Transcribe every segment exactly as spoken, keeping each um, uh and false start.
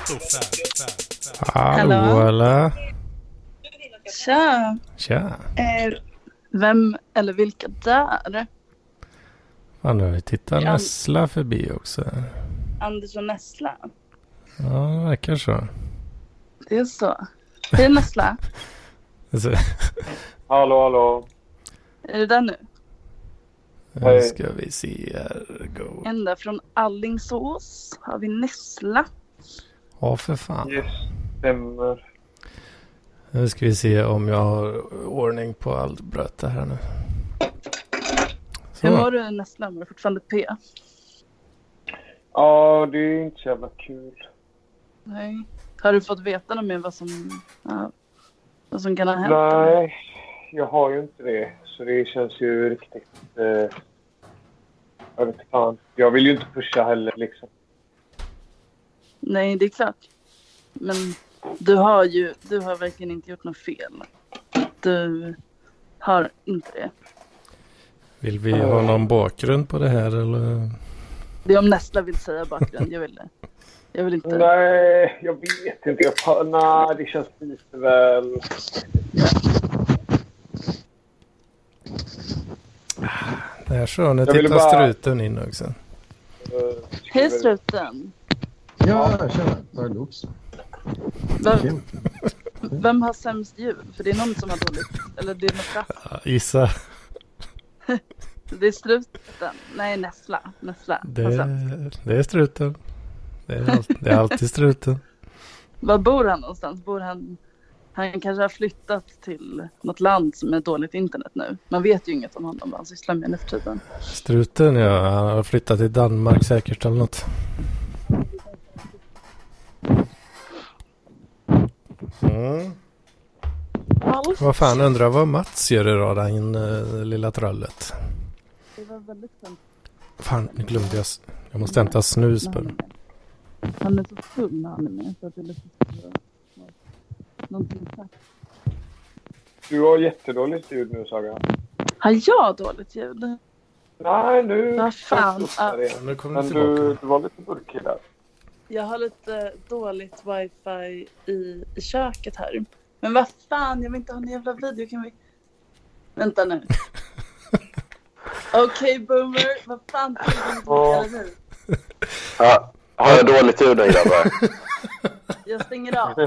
Hallå, eller? Tja. Tja. Eh, vem eller vilka där? Fan, nu tittar Ja. Nessla förbi också. Anders och Nessla. Ja, det verkar så. Det är så. Hej Nessla. Alltså, Hallå, hallå. Är du där nu? nu ska vi se här. Go. Ända från Allingsås har vi Nessla. Ja, för fan. Yes, stämmer. Nu ska vi se om jag har ordning på allt bröte här nu. Så. Hur mår du Nessla? Mår du fortfarande P? Ja, det är inte så jävla kul. Nej. Har du fått veta något mer vad som, ja, vad som kan ha hänt? eller? Nej, jag har ju inte det. Så det känns ju riktigt... Eh, jag vet inte fan. Jag vill ju inte pusha heller liksom. Nej, det är klart. Men du har ju, du har verkligen inte gjort något fel. Du har inte det. Vill vi ha någon bakgrund på det här eller? Det är om Nessla vill säga bakgrund. Jag vill det. Jag vill inte. Nej, jag vet inte. Jag tar, nej, det känns lite väl... Det här så, nu Jag ville tittar bara- struten in också. eh, Hej struten. Ja, tjena. Vad är Lux? Vem, vem har sämst ljud? För det är någon som har dåligt. Eller det är något rast. Ja, gissa. Det är struten. Nej, Nessla. Nessla. har Det, sämst. det är struten. Det är, all, det är alltid struten. Var bor han någonstans? Bor han... Han kanske har flyttat till något land som är dåligt internet nu. Man vet ju inget om honom. Vad han sysslar med nu för tiden. Struten, ja. Han har flyttat till Danmark säkert eller något. Mm. Allt. Vad fan, undrar vad Mats gör idag, den uh, lilla trollet. Det var väldigt skönt. Fan, nu glömde jag. s- Jag måste hämta snus på den. Han är så full när han är med. Så att det är lite så... Någonting sagt. Du har jättedåligt ljud nu, Saga. Har jag dåligt ljud? Nej, nu... Vad fan, känns det upp där igen. Nu kommer Men du du, tillbaka. du var lite burkig där. Jag har lite dåligt wifi i, i köket här. Men vad fan, jag vill inte ha en jävla video. Kan vi... Vänta nu. Okej, okay, boomer. Vad fan Ja. eller hur? Ja, har jag dåligt ljud nu, grabbar? Jag stänger av.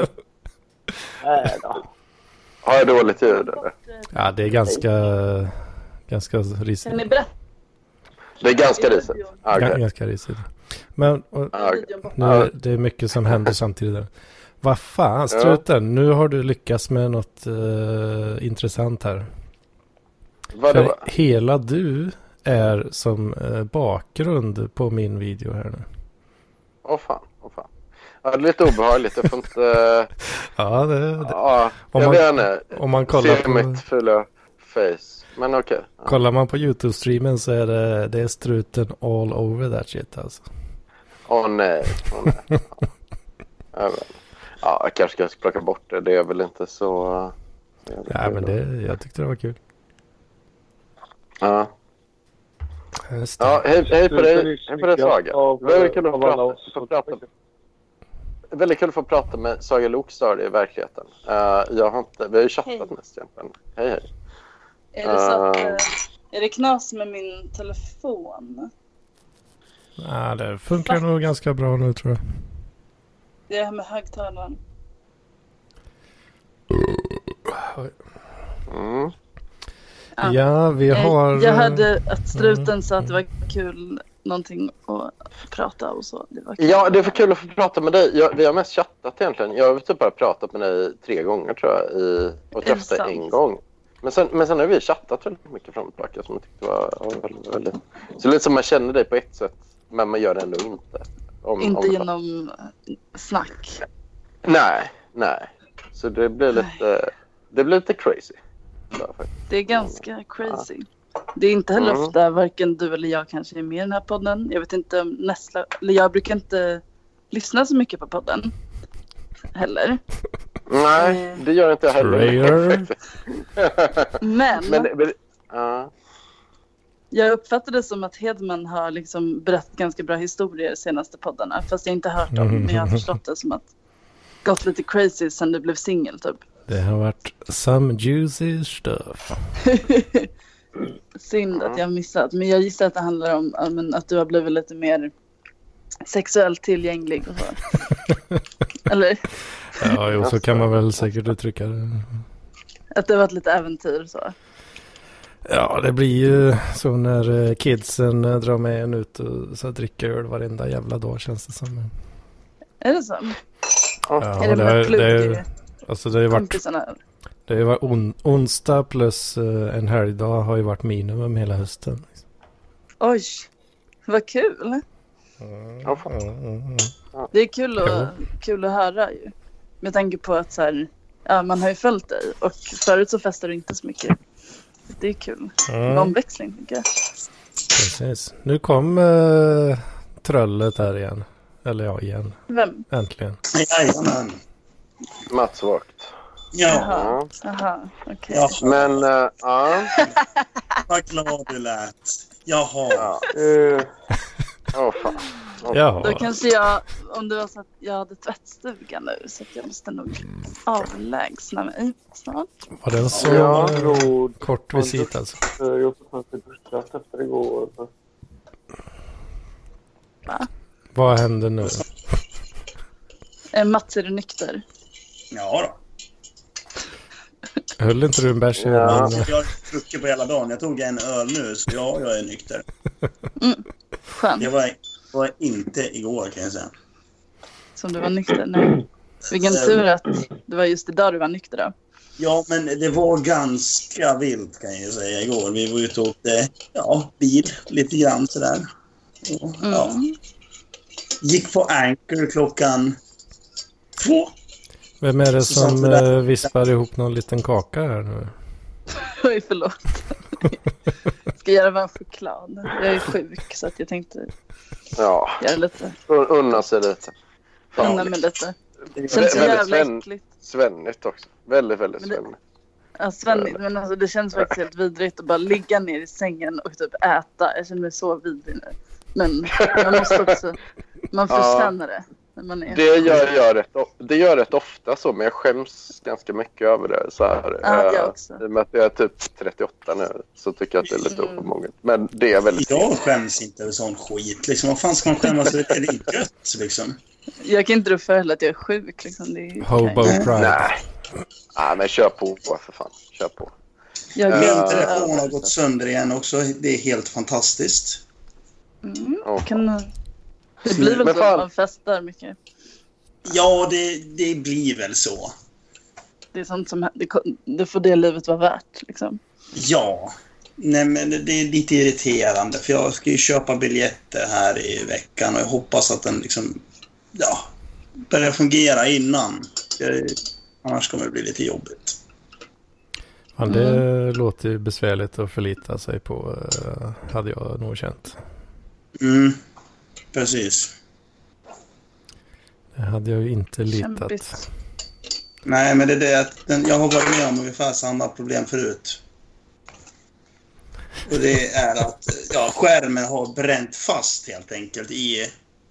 Nej då. Har jag dåligt ljud, eller? Ja, det är ganska... Ganska Kan ni risigt. berätta? Det är ganska risigt. Ja, Ga- okej. ganska risigt. Men och, Ja, okej. videon bort? nu är det är mycket som händer samtidigt där. Vad fan, struten. Nu har du lyckats med något uh, intressant här. Vadå? För hela du är som uh, bakgrund på min video här nu. Åh fan, åh fan. Ja, det är lite obehagligt. Jag får inte... Ja, det, det. Ja, Om jag man- vet inte. Om man kollar Se på, mitt fulla face. Men okej. Ja. kollar man på YouTube-streamen så är det, det är struten all over that shit alltså. Åh nej. Åh, nej. Ja. Jag vet inte. Ja, jag kanske ska plocka bort det. Det är väl inte så... Ja, men det, jag tyckte det var kul. Ja. Just det. Ja, hej, hej på dig. Hej på dig, Saga. Av- Väldigt kul att av få alla prata, oss. få prata. Väldigt kul att få prata med Saga Lokstar i verkligheten. Uh, jag har inte, vi har ju chattat Hej. mest egentligen. Hej, hej. Är det så att... Ah. eh, Är det knas med min telefon? Ja, det funkar nog ganska bra nu tror jag. Det är det här med högtalaren. Mm. Ja. Ja, vi Eh, har... Jag hörde att struten Mm. sa att det var kul någonting att prata och så. Det var kul. Ja, det är för kul att få prata med dig. Jag, vi har mest chattat egentligen. Jag har typ bara pratat med dig tre gånger tror jag. I, och Är det träffat dig sant? en gång. Men sen, men sen har vi chattat väldigt mycket fram och tillbaka som jag tyckte var, var väldigt, väldigt... Så lite som man känner dig på ett sätt. Men man gör det ändå inte. Om, Inte om genom snack. Nej, nej. Så det blir lite, det blir lite crazy. Ja, faktiskt. Det är ganska crazy. Det är inte heller Mm. ofta varken du eller jag kanske är med i den här podden. Jag vet inte om Nessla, eller jag brukar inte lyssna så mycket på podden heller. Nej, det gör inte jag heller. Trailer. Men, men, men ja. Jag uppfattade det som att Hedman har liksom berättat ganska bra historier de senaste poddarna. Fast jag inte hört dem, mm. men jag har förstått det som att gått lite crazy sen du blev singel typ. Det har varit some juicy stuff. Synd att jag har missat. Men jag gissar att det handlar om men, att du har blivit lite mer sexuellt tillgänglig och så. Eller? Ja, jo, så kan man väl säkert uttrycka det. Att det har varit lite äventyr så. Ja, det blir ju så när kidsen drar med en ut och så dricker öl varenda jävla dag känns det som. Är det så? Ja, är det, det med är, plugg? det är, alltså det har ju varit, det har ju varit on, onsdag plus uh, en helgdag har ju varit minimum hela hösten. Oj, vad kul. Mm, mm, mm. Det är kul att, kul att höra ju. Med tanke på att så här, ja, man har ju följt dig och förut så festar du inte så mycket. Det är kul. Mm. Omväxling, tycker jag. Precis. Nu kom uh, tröllet här igen. Eller ja, igen. Vem? Äntligen. Jajamän. Mats vakt. Ja. Jaha, Jaha. okej. Okay. Ja. Men, uh, ja. Vad glad du lät. Jaha. Ja. Uh. Oh, fan. Oh. Jaha. Då kanske jag, om det var så att jag hade tvättstuga nu så att jag måste nog avlägsna mig snart. Var det en så Ja, uh, kort visit alltså? Jag får fan inte bussat efter igår. Va? Vad händer nu? Eh, Mats, är du nykter? Ja då. Höll inte du en bärs i Ja. ögonen? Jag har druckit på hela dagen. Jag tog en öl nu så ja, jag är nykter. Mm. Skönt. Det var, var inte igår kan jag säga. Som du var nykter? Nej. Vilken tur att det var just idag du var nykter då. Ja, men det var ganska vilt kan jag säga igår. Vi var ute och åkte ja, bil lite grann sådär. Och, ja. Mm. Gick på Anchor klockan två. Vem är det Så som satt vi där. uh, vispar ihop någon liten kaka här nu? Oj, förlåt. Ska göra varm choklad. Jag är sjuk så att jag tänkte Ja, göra lite. Un- unna sig lite. Unna mig lite. Vä- Känns så väldigt jävla sven- äckligt. svennigt också. Väldigt, väldigt Men det- svennigt. Ja, svennigt, men alltså det känns faktiskt helt vidrigt att bara ligga ner i sängen och typ äta. Jag känner mig så vidrig nu. Men man måste också, man förtjänar det. När man är... Det gör jag rätt, o- det gör rätt ofta så, men jag skäms ganska mycket över det. Så här, Ja, jag eh, också. I och med att jag är typ trettioåtta nu så tycker jag att det är lite Mm. oförmånget. Men det är väldigt Jag skäms inte över sån skit. Liksom, vad fan ska man skämmas över? Det är gött liksom. Jag kan inte rå för heller att jag är sjuk. Liksom. Det är Hobo okej. pride. Nej. Nej, men kör på för fan. Kör på. Jag Ja. Min glömde telefon har över, gått så. sönder igen också. Det är helt fantastiskt. Mm. Oh. Kan, det blir väl Men så fan. att man festar mycket. Ja, det, det blir väl så. Det är sånt som det, det får det livet vara värt. Liksom. Ja. Nej, men det är lite irriterande. För jag ska ju köpa biljetter här i veckan. Och jag hoppas att den liksom... Ja, börjar fungera innan. Jag, annars kommer det bli lite jobbigt. Ja, det låter ju besvärligt att förlita sig på, uh, hade jag nog känt. Mm, precis. Det hade jag ju inte litat. Kämpigt. Nej, men det är det att den, jag har varit med om ungefär samma problem förut. Och det är att ja, skärmen har bränt fast helt enkelt i...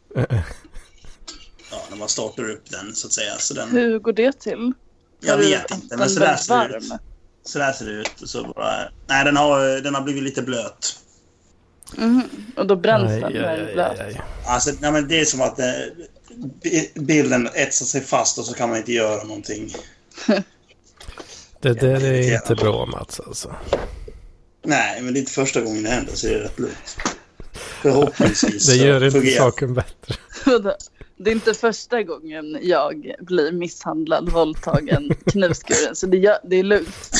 Ja, när man startar upp den så att säga. Så den, Hur går det till? jag Har du vet inte, men den så där väldigt ser det ut. varm? Så där ser det ut. Och så bara, nej, den har, den har blivit lite blöt. Mhm. Och då bränns Aj, den aj, när den är aj, blöt. aj, aj. Alltså, nej, men det är som att eh, bi- bilden etsar sig fast och så kan man inte göra någonting. Det där är inte bra, Mats, alltså. Nej, men det är inte första gången det händer så det är rätt lugnt. Förhoppningsvis Det gör så inte fungerar. saken bättre. Det är inte första gången jag blir misshandlad, våldtagen, knivskuren. Så det, gör, det är lugnt.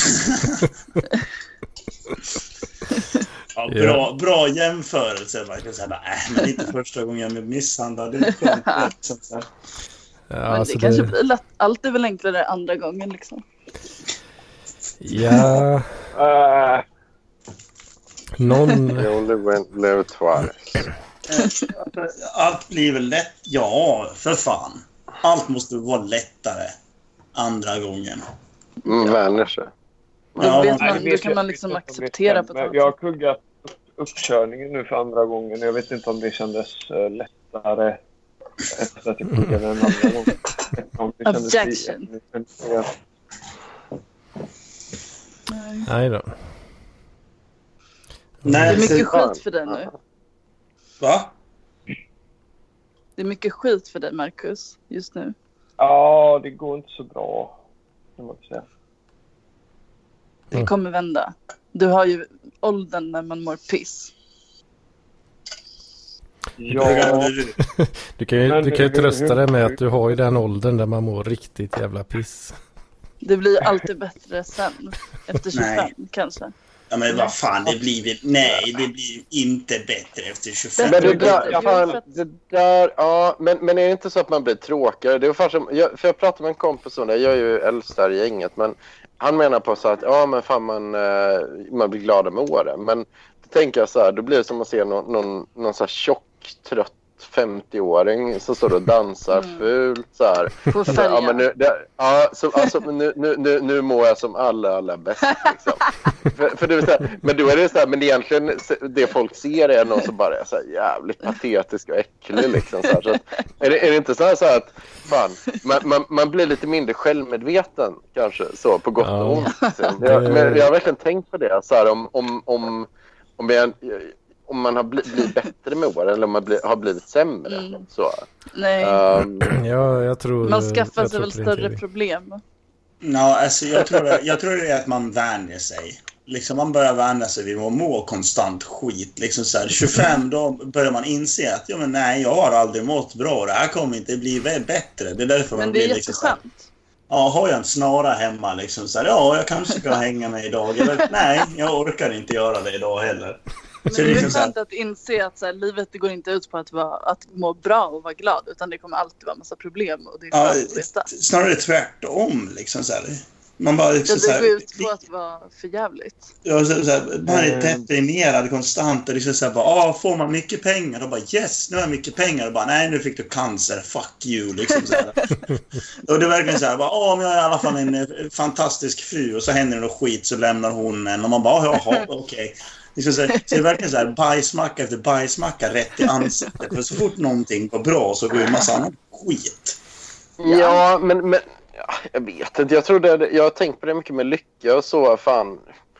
Ja, bra, bra jämförelse. Man kan säga, nej, men det är inte första gången jag blir misshandlad. Det är skönt, så att säga. Ja, Men alltså det kanske det, blir lätt. Allt är väl enklare andra gången liksom. ja, Uh, någon... You only went live twice. Eh, Allt blir väl lätt? Ja, för fan. Allt måste vara lättare andra gången. Mm, vänjer sig. Då, Ja, vet nej, man, det då vet kan jag man inte liksom om det acceptera på stämmer. ett Jag har sätt. kuggat uppkörningen nu för andra gången. Jag vet inte om det kändes uh, lättare efter att jag pluggade en andra gång. Om det kändes Objection. Ja. Nej då. Nej, Det är mycket så- skit för dig nu. Va? Det är mycket skit för dig, Marcus, just nu. ja, det går inte så bra. Kan man säga. Det Mm. kommer vända. Du har ju åldern när man mår piss. Hur gammal Ja, är du? Du kan ju, Men du kan ju hur- trösta hur- dig med att du har ju den åldern där man mår riktigt jävla piss. Det blir alltid bättre sen. Efter tjugofem Nej. kanske. Ja, men vad fan, det blir väl... Nej, det blir inte bättre efter tjugofem. Men det Det- där, det- fan, det- det där, ja, men, men är det inte så att man blir tråkigare? Det är ungefär som, jag, för jag pratade med en kompis om det, jag är ju äldst där i gänget, men han menar på så att, ja men fan man, eh, man blir glada med åren. Men då tänker jag så här, då blir det som att se någon, någon, någon så här tjock, trött femtio-åring som står och dansar Mm. ful så här. På Så, ja, färja. men nu, det, ja, så, alltså, men nu, nu, nu, nu mår jag som alla, alla bäst. Liksom. för, för det är så här, men då är det så här, men egentligen det folk ser är någon som bara är så här jävligt patetisk och äcklig. Liksom, så här. Så att, är, det, är det inte så här, så här att fan, man, man, man blir lite mindre självmedveten kanske, så på gott Ja. och ont. Liksom. Jag, men jag har verkligen tänkt på det, så här, om, om, om, om jag... om man har blivit bli bättre med åren eller om man bli, har blivit sämre. Mm. Så. Nej, Um, Ja, jag tror... man skaffar jag sig tror väl på din större teori. problem. Ja, alltså jag tror, det, jag tror det är att man vänjer sig. Liksom man börjar vänja sig vid att må konstant skit. Liksom så här, tjugofem då börjar man inse att ja, men nej, jag har aldrig mått bra. Det här kommer inte bli väl bättre. Det är därför man Men det blir är liksom så här, jätteskönt. ja, har jag en snara hemma liksom så här, ja, jag kanske ska hänga med idag. Eller nej, jag orkar inte göra det idag heller. Men Så det är liksom så här- skönt att inse att så här, livet det går inte ut på att, vara, att må bra och vara glad. Utan det kommer alltid vara massa problem. Och det är Ja, skönt att veta. snarare tvärtom liksom så här. Man bara liksom Ja, så det här, går ut på att vara för jävligt. ja, så, så här, man är Mm. deprimerad konstant och liksom så här, bara, ah, får man mycket pengar och bara yes, nu har jag mycket pengar och bara nej, nu fick du cancer, fuck you liksom så här. Och det är verkligen så här, bara, ah, men jag har i alla fall en eh, fantastisk fru och så händer det något skit så lämnar hon en och man bara, jaha, okej. Okay. Liksom så, här, så det är verkligen så här bajsmacka efter bajsmacka rätt i ansiktet. För så fort någonting går bra så går det en massa annan skit. Ja, men, men ja, jag vet inte. Jag tror det, jag har tänkt på det mycket med lycka och så. Fan,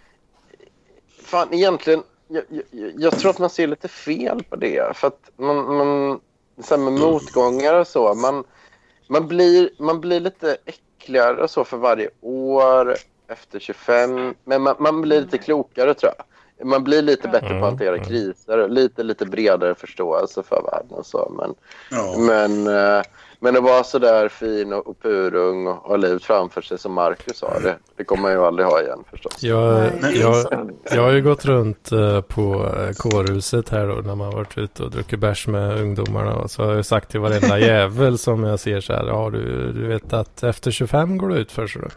fan egentligen, jag, jag, jag tror att man ser lite fel på det. För att man, man så här med motgångar och så, man, man, blir, man blir lite äckligare och så för varje år efter tjugofem. Men man, man blir lite klokare, tror jag. Man blir lite bättre på att hantera Mm. kriser. Lite, lite bredare förståelse för världen och så. Men, Ja. men, eh, men att vara så där fin och, och purung och ha livet framför sig som Marcus sa, det, det kommer man ju aldrig ha igen förstås. Jag, Nej, jag, jag har ju gått runt eh, på eh, kårhuset här då, när man har varit ute och druckit bärs med ungdomarna. Och så har jag sagt till varenda jävel som jag ser så här, ja du, du vet att efter tjugofem går du ut för så då.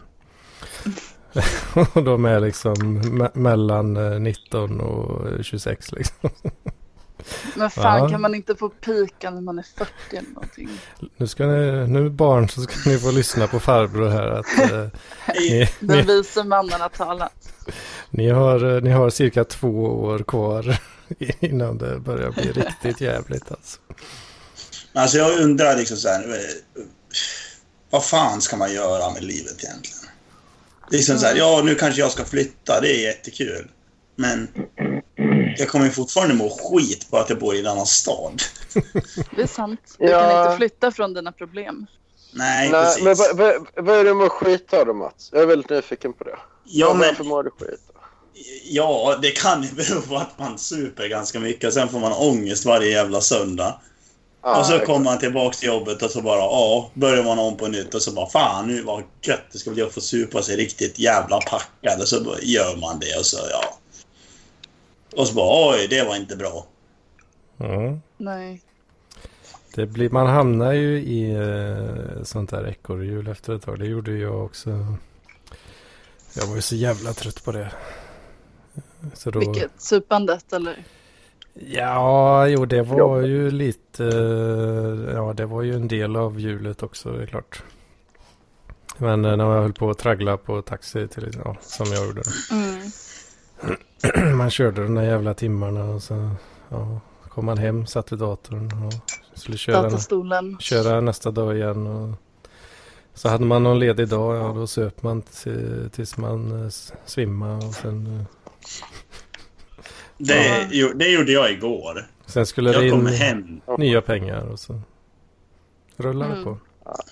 Och de är liksom me- mellan eh, nitton och tjugosex liksom. Men fan, Ja. kan man inte få pika när man är fyrtio eller någonting? Nu ska ni, nu barn så ska ni få lyssna på farbror här att eh, ni, Den ni, vise mannen har talat. ni, har, ni har cirka två år kvar innan det börjar bli riktigt jävligt alltså. Alltså jag undrar liksom så här, eh, vad fan ska man göra med livet egentligen? Det är liksom så här, ja nu kanske jag ska flytta, det är jättekul. Men jag kommer ju fortfarande må skit på att jag bor i en annan stad. Det är sant. Du Ja. kan inte flytta från dina problem. Nej, Nej, precis. men vad, vad, vad är det med skit av då, Mats? Jag är väldigt nyfiken på det. Ja, Vad- men, Varför mår du skit? ja, det kan ju bero på att man super ganska mycket. Sen får man ångest varje jävla söndag. Ja, och så exakt. kommer man tillbaka till jobbet och så bara, ja, börjar man om på nytt och så bara, fan nu var gött, det ska bli att få supa sig riktigt jävla packad. Och så bara gör man det och så, ja. Och så bara, oj, det var inte bra. Mm. Nej. Det blir, man hamnar ju i eh, sånt där ekorrhjul efter ett tag. Det gjorde jag också. Jag var ju så jävla trött på det. Så då, Vilket? Supandet eller? Ja, jo det var Jobbet. ju lite, eh, ja det var ju en del av hjulet också, det är klart. Men eh, när jag höll på att traggla på taxi till, ja, som jag gjorde. Mm. Man körde de där jävla timmarna och så ja, kom man hem, satt vid datorn och skulle köra, Datastolen. köra nästa dag igen. Och så hade man någon ledig dag, ja, då söp man t- tills man eh, svimmade och sen... Eh, Det, jo, det gjorde jag igår. sen skulle det Jag kom in hem. nya pengar och så rullade det Mm. på.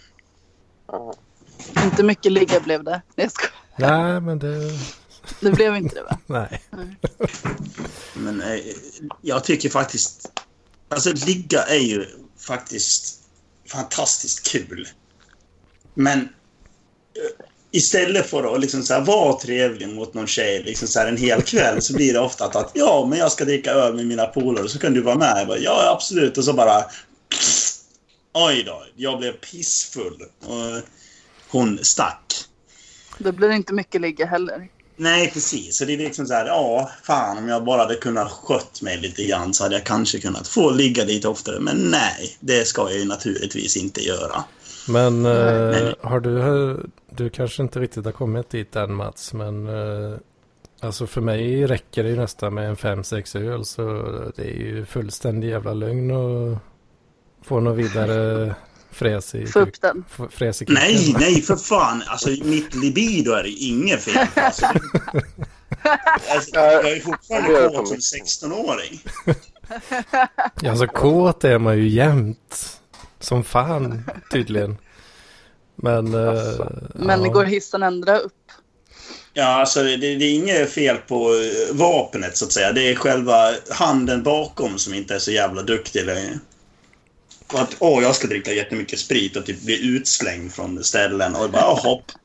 Inte mycket ligga blev det. Nej, jag skojar. Nej, men det... Det blev inte det, va? Nej. Men eh, jag tycker faktiskt... Alltså ligga är ju faktiskt fantastiskt kul. Men eh, istället för att liksom så här, vara trevlig mot någon tjej liksom så här, en hel kväll, så blir det ofta att, att ja, men jag ska dricka öl med mina polare, så kan du vara med. Jag bara, ja, absolut. Och så bara... Oj då, jag blev pissfull. Och hon stack. Då blir det inte mycket ligga heller. Nej, precis. Så det är liksom så här, ja, fan, om jag bara hade kunnat skött mig lite grann så hade jag kanske kunnat få ligga lite oftare. Men nej, det ska jag ju naturligtvis inte göra. Men eh, Nej. har du... Du kanske inte riktigt har kommit dit än, Mats, men... Eh, alltså för mig räcker det ju nästan med en fem sex öl, så det är ju fullständig jävla lögn och få något vidare fräs i Få upp den. f- fräs i kuken. Nej, nej, för fan. Alltså, mitt libido är det inget fel på. Alltså, det, alltså, jag är fortfarande kåt som sexton-åring. Ja, alltså kåt är man ju jämt. Som fan, tydligen. Men... Eh, Men ja. går hissen ändra upp? Ja, alltså det, det är inget fel på eh, vapnet så att säga. Det är själva handen bakom som inte är så jävla duktig längre. Och att, åh, jag ska dricka jättemycket sprit och typ bli utslängd från ställen och bara, åh, hopp.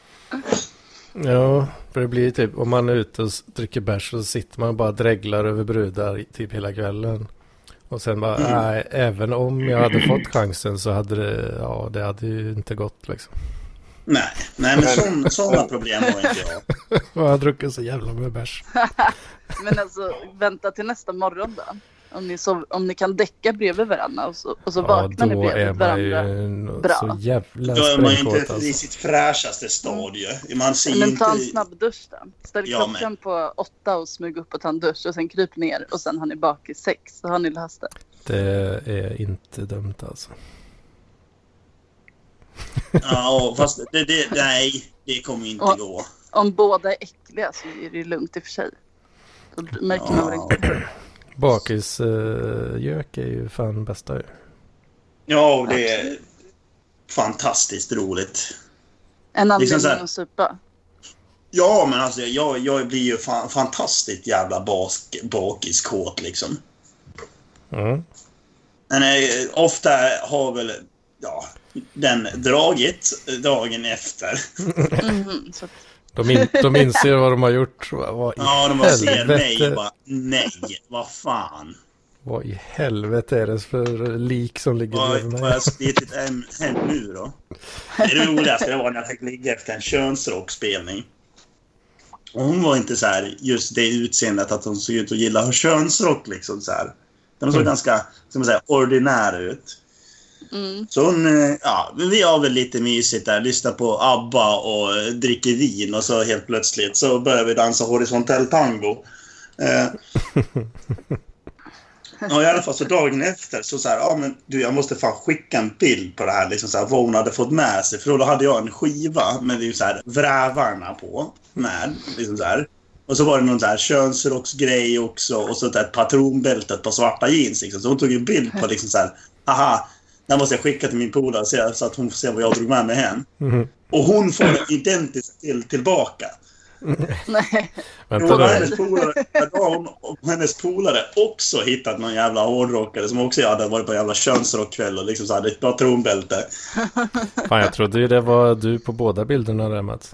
Ja, för det blir typ, om man är ute och s- dricker bärs så sitter man och bara dreglar över brudar typ hela kvällen. Och sen bara, Mm. nej, även om jag hade fått chansen så hade det, ja, det hade ju inte gått liksom. Nej, nej men sån, sådana problem har inte jag. Jag har druckit så jävla med bärs. Men alltså, vänta till nästa morgon då. Om ni, sov, om ni kan däcka bredvid varandra och så, och så Ja, vaknar ni då är bredvid man ju varandra. en- Bra. så jävla Då är man ju sprängkåt inte i alltså. sitt fräschaste stadie. Man ser Men inte... ta en snabb dusch då. Ställ Ja, klockan på åtta och smyg upp och ta en dusch och sen kryp ner och sen har ni bak i sex. Så har ni löst det. Det är inte dumt alltså. Ja, fast det, det, nej, det kommer inte Och- gå. Om båda är äckliga så är det ju lugnt i och för sig. Då märker man väl Ja. inte. Bakisgök är ju fan bästa ju. Ja, och det är fantastiskt roligt. En anledning Liksom så här- att supa. Ja, men alltså jag, jag blir ju fan, fantastiskt jävla bas, bakiskåt liksom. Mm. Men eh, ofta har väl ja, den dragit dagen efter. Mhm, så att, De, in, de inser vad de har gjort. Vad, vad i Ja, de bara ser helvete, mig och bara, nej, vad fan. vad i helvete är det för lik som ligger Vad bredvid vad mig? jag slitit hem, hem nu då? Det roligaste var när jag fick ligga efter en könsrockspelning. Och hon var inte så här just det utseendet att hon såg ut att gilla könsrock liksom så här. Den såg Mm. ganska, som man säger, ordinär ut. mm. Så hon, eh, ja, men vi har väl lite mysigt där, lyssnar på ABBA och eh, dricker vin och så helt plötsligt så börjar vi dansa horisontell tango. Eh, och i alla fall så dagen efter så så här, ja men du, jag måste fan skicka en bild på det här liksom så här, vad hon hade fått med sig, för då hade jag en skiva med ju så här vrävarna på med liksom så här. Och så var det någon så här könsrocksgrej också och så ett patronbältet på svarta jeans liksom. Så hon tog en bild på liksom så här, aha, den måste jag skicka till min polare så så att hon får se vad jag drog med mig hem. Mhm. Och hon får det identiskt till tillbaka. Nej. Vänta Då har nu. hennes polare, då har hon och hennes polare också hittat någon jävla hårdrockare som också hade varit på en jävla könsrockkväll och liksom så hade ett patronbälte. Fan, jag trodde ju det var du på båda bilderna där, Mats.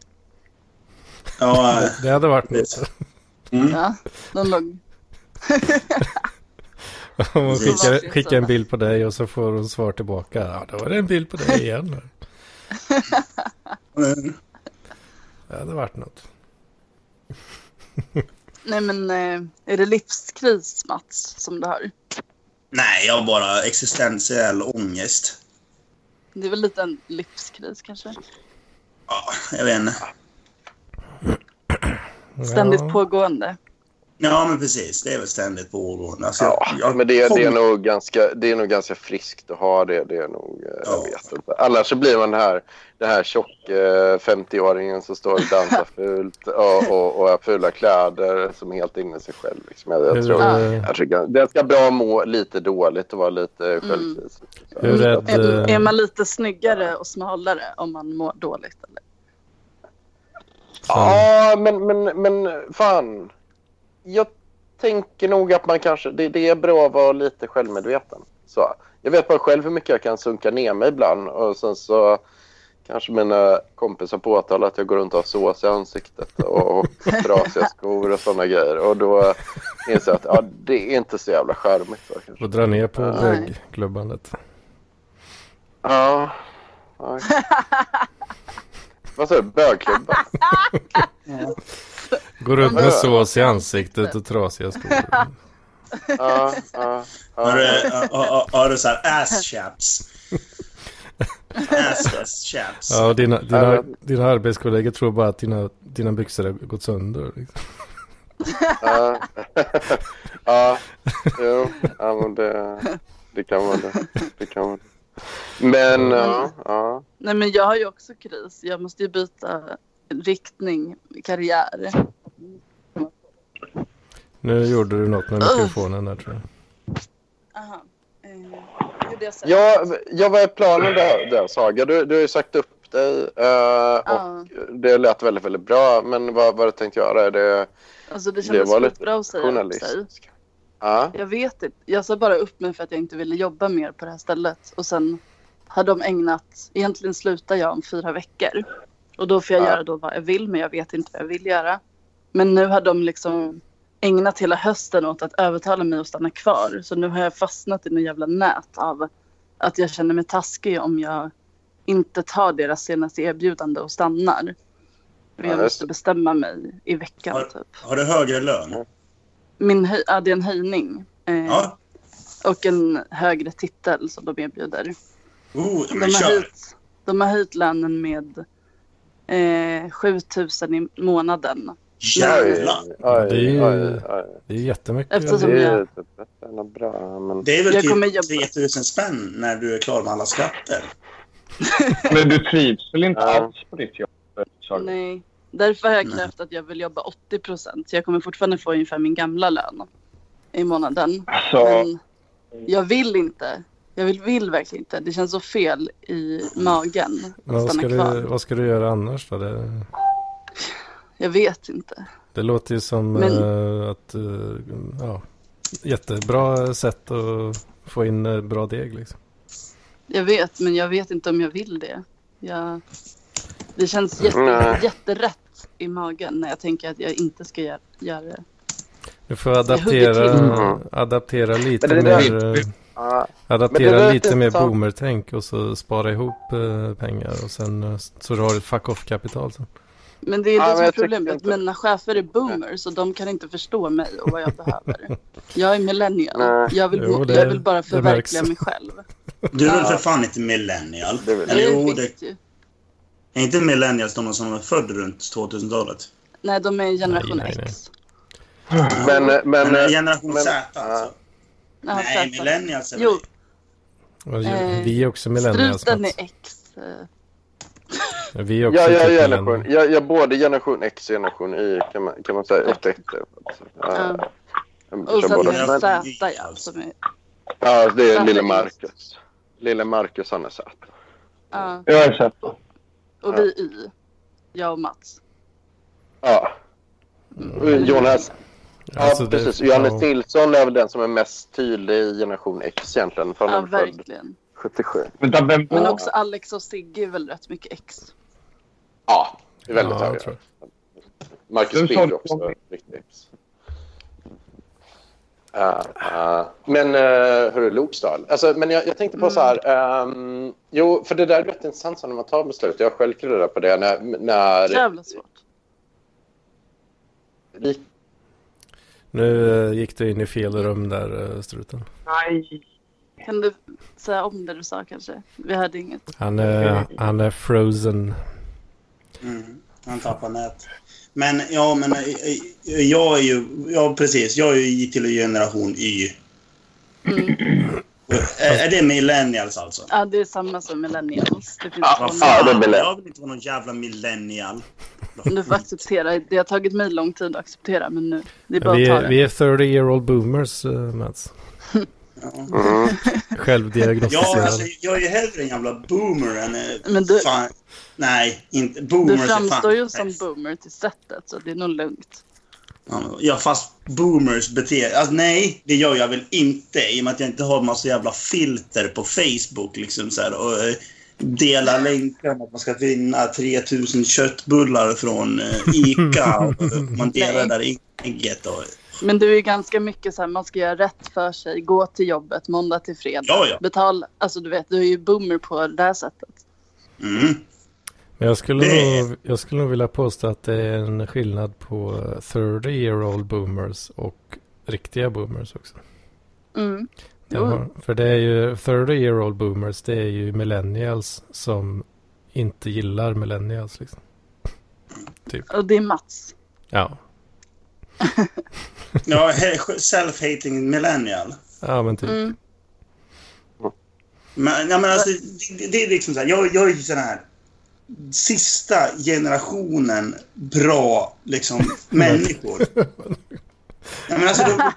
Ja, Det, det hade varit något. mm. Ja, de låg. Om hon Precis. skickar, skickar en bild på dig och så får hon svar tillbaka. Ja, då var det en bild på dig igen. Det hade varit något. Nej men eh, är det livskris, Mats, som du har? Nej, jag har bara existentiell ångest. Det är väl lite en livskris kanske? Ja, jag vet inte. Ständigt Ja. pågående. Ja, men precis. Det är väl ständigt pågående. Alltså, Ja, jag men det, kom- det, är nog ganska, det är nog ganska friskt att ha det. Det är nog, eh, Ja. jag vet inte. Annars så blir man den här, den här tjock eh, femtio-åringen som står och dansar fult och, och, och har fula kläder som är helt inne i sig själv. Liksom. Jag, jag, Hur, tror, eh, jag tycker det ska bra må lite dåligt och vara lite självkritisk. Hur rädd... Är, eh, är man lite snyggare och smalare om man mår dåligt? Eller? Ja, men, men, men fan. Jag tänker nog att man kanske, det, det är bra att vara lite självmedveten. Så, jag vet bara själv hur mycket jag kan sunka ner mig ibland. Och sen så kanske mina kompisar påtalar att jag går runt och har sås i ansiktet och, och trasiga skor och sådana grejer. Och då inser jag att ja, det är inte så jävla charmigt. Så, kanske. Och dra ner på Nej. bögklubbandet. Ja. ja. Vad sa du? Bögklubban? Ja. Går runt med sås i ansiktet och trasiga skor. Ja, ja, ja. Har du, har, har, har du så här ass chaps? Assless chaps. Ja, och dina, dina, Ja. dina arbetskollegor tror bara att dina, dina byxor har gått sönder. Liksom. Ja, ja, jo, ja, men det, det kan vara det. Det kan vara det. Men, ja, ja. Nej, men jag har ju också kris. Jag måste ju byta riktning, karriär. Nu gjorde du något med mikrofonen där, tror jag. Aha. Eh, gjorde jag så? Ja, ja, vad är planen där, där Saga? Du, du har ju sagt upp dig uh, och det lät väldigt, väldigt bra. Men vad, vad har du tänkt göra? Är det, Alltså det det kändes var lite bra att säga upp sig. journalistisk? Ja, Jag vet inte. Jag sa bara upp mig för att jag inte ville jobba mer på det här stället. Och sen har de ägnat... Egentligen slutar jag om fyra veckor. Och då får jag Ja. göra då vad jag vill. Men jag vet inte vad jag vill göra. Men nu har de liksom ägnat hela hösten åt att övertala mig att stanna kvar. Så nu har jag fastnat i någon jävla nät av att jag känner mig taskig om jag inte tar deras senaste erbjudande och stannar. Och Ja, jag just måste det. bestämma mig i veckan Har, typ. har du högre lön? Min höj- ja, det är en höjning. Eh, Ja. Och en högre titel som de erbjuder. Oh, De men har kör. höjt, de har höjt lönen med eh, sju tusen i månaden. Jävlar. oj, Det är ju- oj, oj. Det är jättemycket. Eftersom Det jag- är typ bättre än bra, men... Det är väl Jag kommer typ jobba- tre tusen spänn när du är klar med alla skatter. Men du trivs väl inte Ja. alls på ditt jobb? Saga? Nej, därför har jag Nej. krävt att jag vill jobba åttio procent. Så jag kommer fortfarande få ungefär min gamla lön i månaden. Alltså, Men jag vill inte. Jag vill, vill verkligen inte. Det känns så fel i magen att Men vad, stanna ska kvar. du, vad ska du göra annars då? Det, Jag vet inte. det låter ju som Men- eh, att... eh, ja, jättebra sätt att få in eh, bra deg liksom. Jag vet, men jag vet inte om jag vill det. Jag... Det känns jätte, Nej. jätterätt i magen när jag tänker att jag inte ska göra, göra det. Du får hugger adaptera, till. Mm. adaptera lite Men det där- mer... eh, Ja, Adaptera Men det lite låter mer som- boomer-tänk och så spara ihop eh, pengar och sen eh, så du har ett fuck-off-kapital sen. Men det är Ja, det men som är jag tycker problemet. inte- Mina chefer är boomers och de kan inte förstå mig och vad jag behöver. Jag är millennial. Nej. Jag vill, Jo, bo- det- jag vill bara det förverkliga märks. mig själv. Du är väl Ja. för fan inte millennial? Det är väl- Eller Det jo, är det visst ju. är inte millennials de som är född runt tvåtusentalet. Nej, de är generation Nej, nej, nej. X. Men, men, Men generation men- Z alltså. Ja, Nej, Z. millennials är Jo, väl... Och ju- Eh, vi är också millennials. struten är Mats. X. eh, Vi är också jag, jag, typ är generation, millennials. jag, jag är både generation X och generation Y kan man, kan man säga. åttioett. Ja. Jag Och kör sen båda. är det Men- Z, ja. Som är, Ja, det är Z lille är Marcus. Lille Marcus, han är Z. ja. jag har sett det. Och vi är Y. Jag och Mats. Ja. Jonas. Ja, Alltså, det- precis. Johannes ja. Nilsson är väl den som är mest tydlig i generation X egentligen. För Ja, han är född verkligen. sjuttiosju. Vänta, vem Men var också Alex och Sigge är väl rätt mycket X. Ja, det är väldigt Ja, jag höga. tror Marcus Vem Bigg sa är du? också riktigt X. Uh, uh, men uh, hörru, Loksdal. Alltså, men jag, jag tänkte på Mm. så här. Um, jo, för det där är rätt intressant så när man tar beslut. Jag själv klurar på det när... när Jävla svårt. Nu eh, gick du in i fel rum där, eh, struten. Nej. Kan du säga om det du sa kanske? Vi hörde inget. Han är, han är frozen. Mm, han tappar nät. Men ja, men jag är ju... Ja, precis. Jag är ju till generation Y. Mm. Är, är det millennials alltså? Ja, det är samma som millennials. Det finns Ja, två ja, det namn. är millennials. Jag vill inte vara någon jävla millennial. Du får acceptera. Det har tagit mig lång tid att acceptera, men nu. Det är bara Vi att ta är, det. vi är thirty year old boomers, uh, Mats. Ja. Mm. Självdiagnostiserad. Ja, alltså, jag är ju hellre en jävla boomer än... eh, Men du- fan, nej, inte Du boomers är framstår fan ju som bäst. boomer till sättet, så det är nog lugnt. Ja, fast boomers beter... Alltså, nej, det gör jag väl inte. I och med att jag inte har en massa jävla filter på Facebook liksom så här, och eh, delar länkar om att man ska vinna tre tusen köttbullar från eh, Ica och eh, man delar där inget och... Men du är ju ganska mycket så här, man ska göra rätt för sig, gå till jobbet måndag till fredag. Ja, ja. Betala, alltså du vet, du är ju boomer på det här sättet. Mm. Men jag skulle, Det- nog, jag skulle nog vilja påstå att det är en skillnad på thirty year old boomers och riktiga boomers också. Mm. Den Jo. har, för det är ju thirty year old boomers, det är ju millennials som inte gillar millennials liksom. Typ. Och det är Mats. Ja. Ja, he- self-hating millennial. Ja, men typ. Mm. Men, ja, men alltså, det, det är liksom så här, jag, jag är ju sån här sista generationen bra liksom människor. Ja, men alltså, det,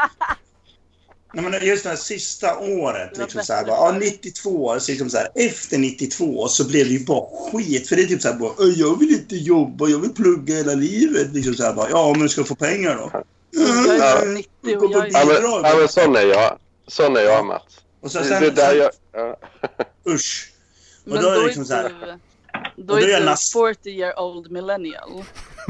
ja, men just det här sista året liksom så här, bara, ja, nittiotvå så liksom så här, efter nittiotvå så blev det ju bara skit, för det är typ så här bara, jag vill inte jobba, jag vill plugga hela livet liksom så här, bara, ja men du ska få pengar då. Jag är Mm. nittio och jag Ja, är... men, ja, men sån är jag. Sån är jag, Mats. Och så Det sen, är där jag... Ja. usch. Och Men då är det då liksom så här, är du, då och då är är jag du nas- forty year old millennial.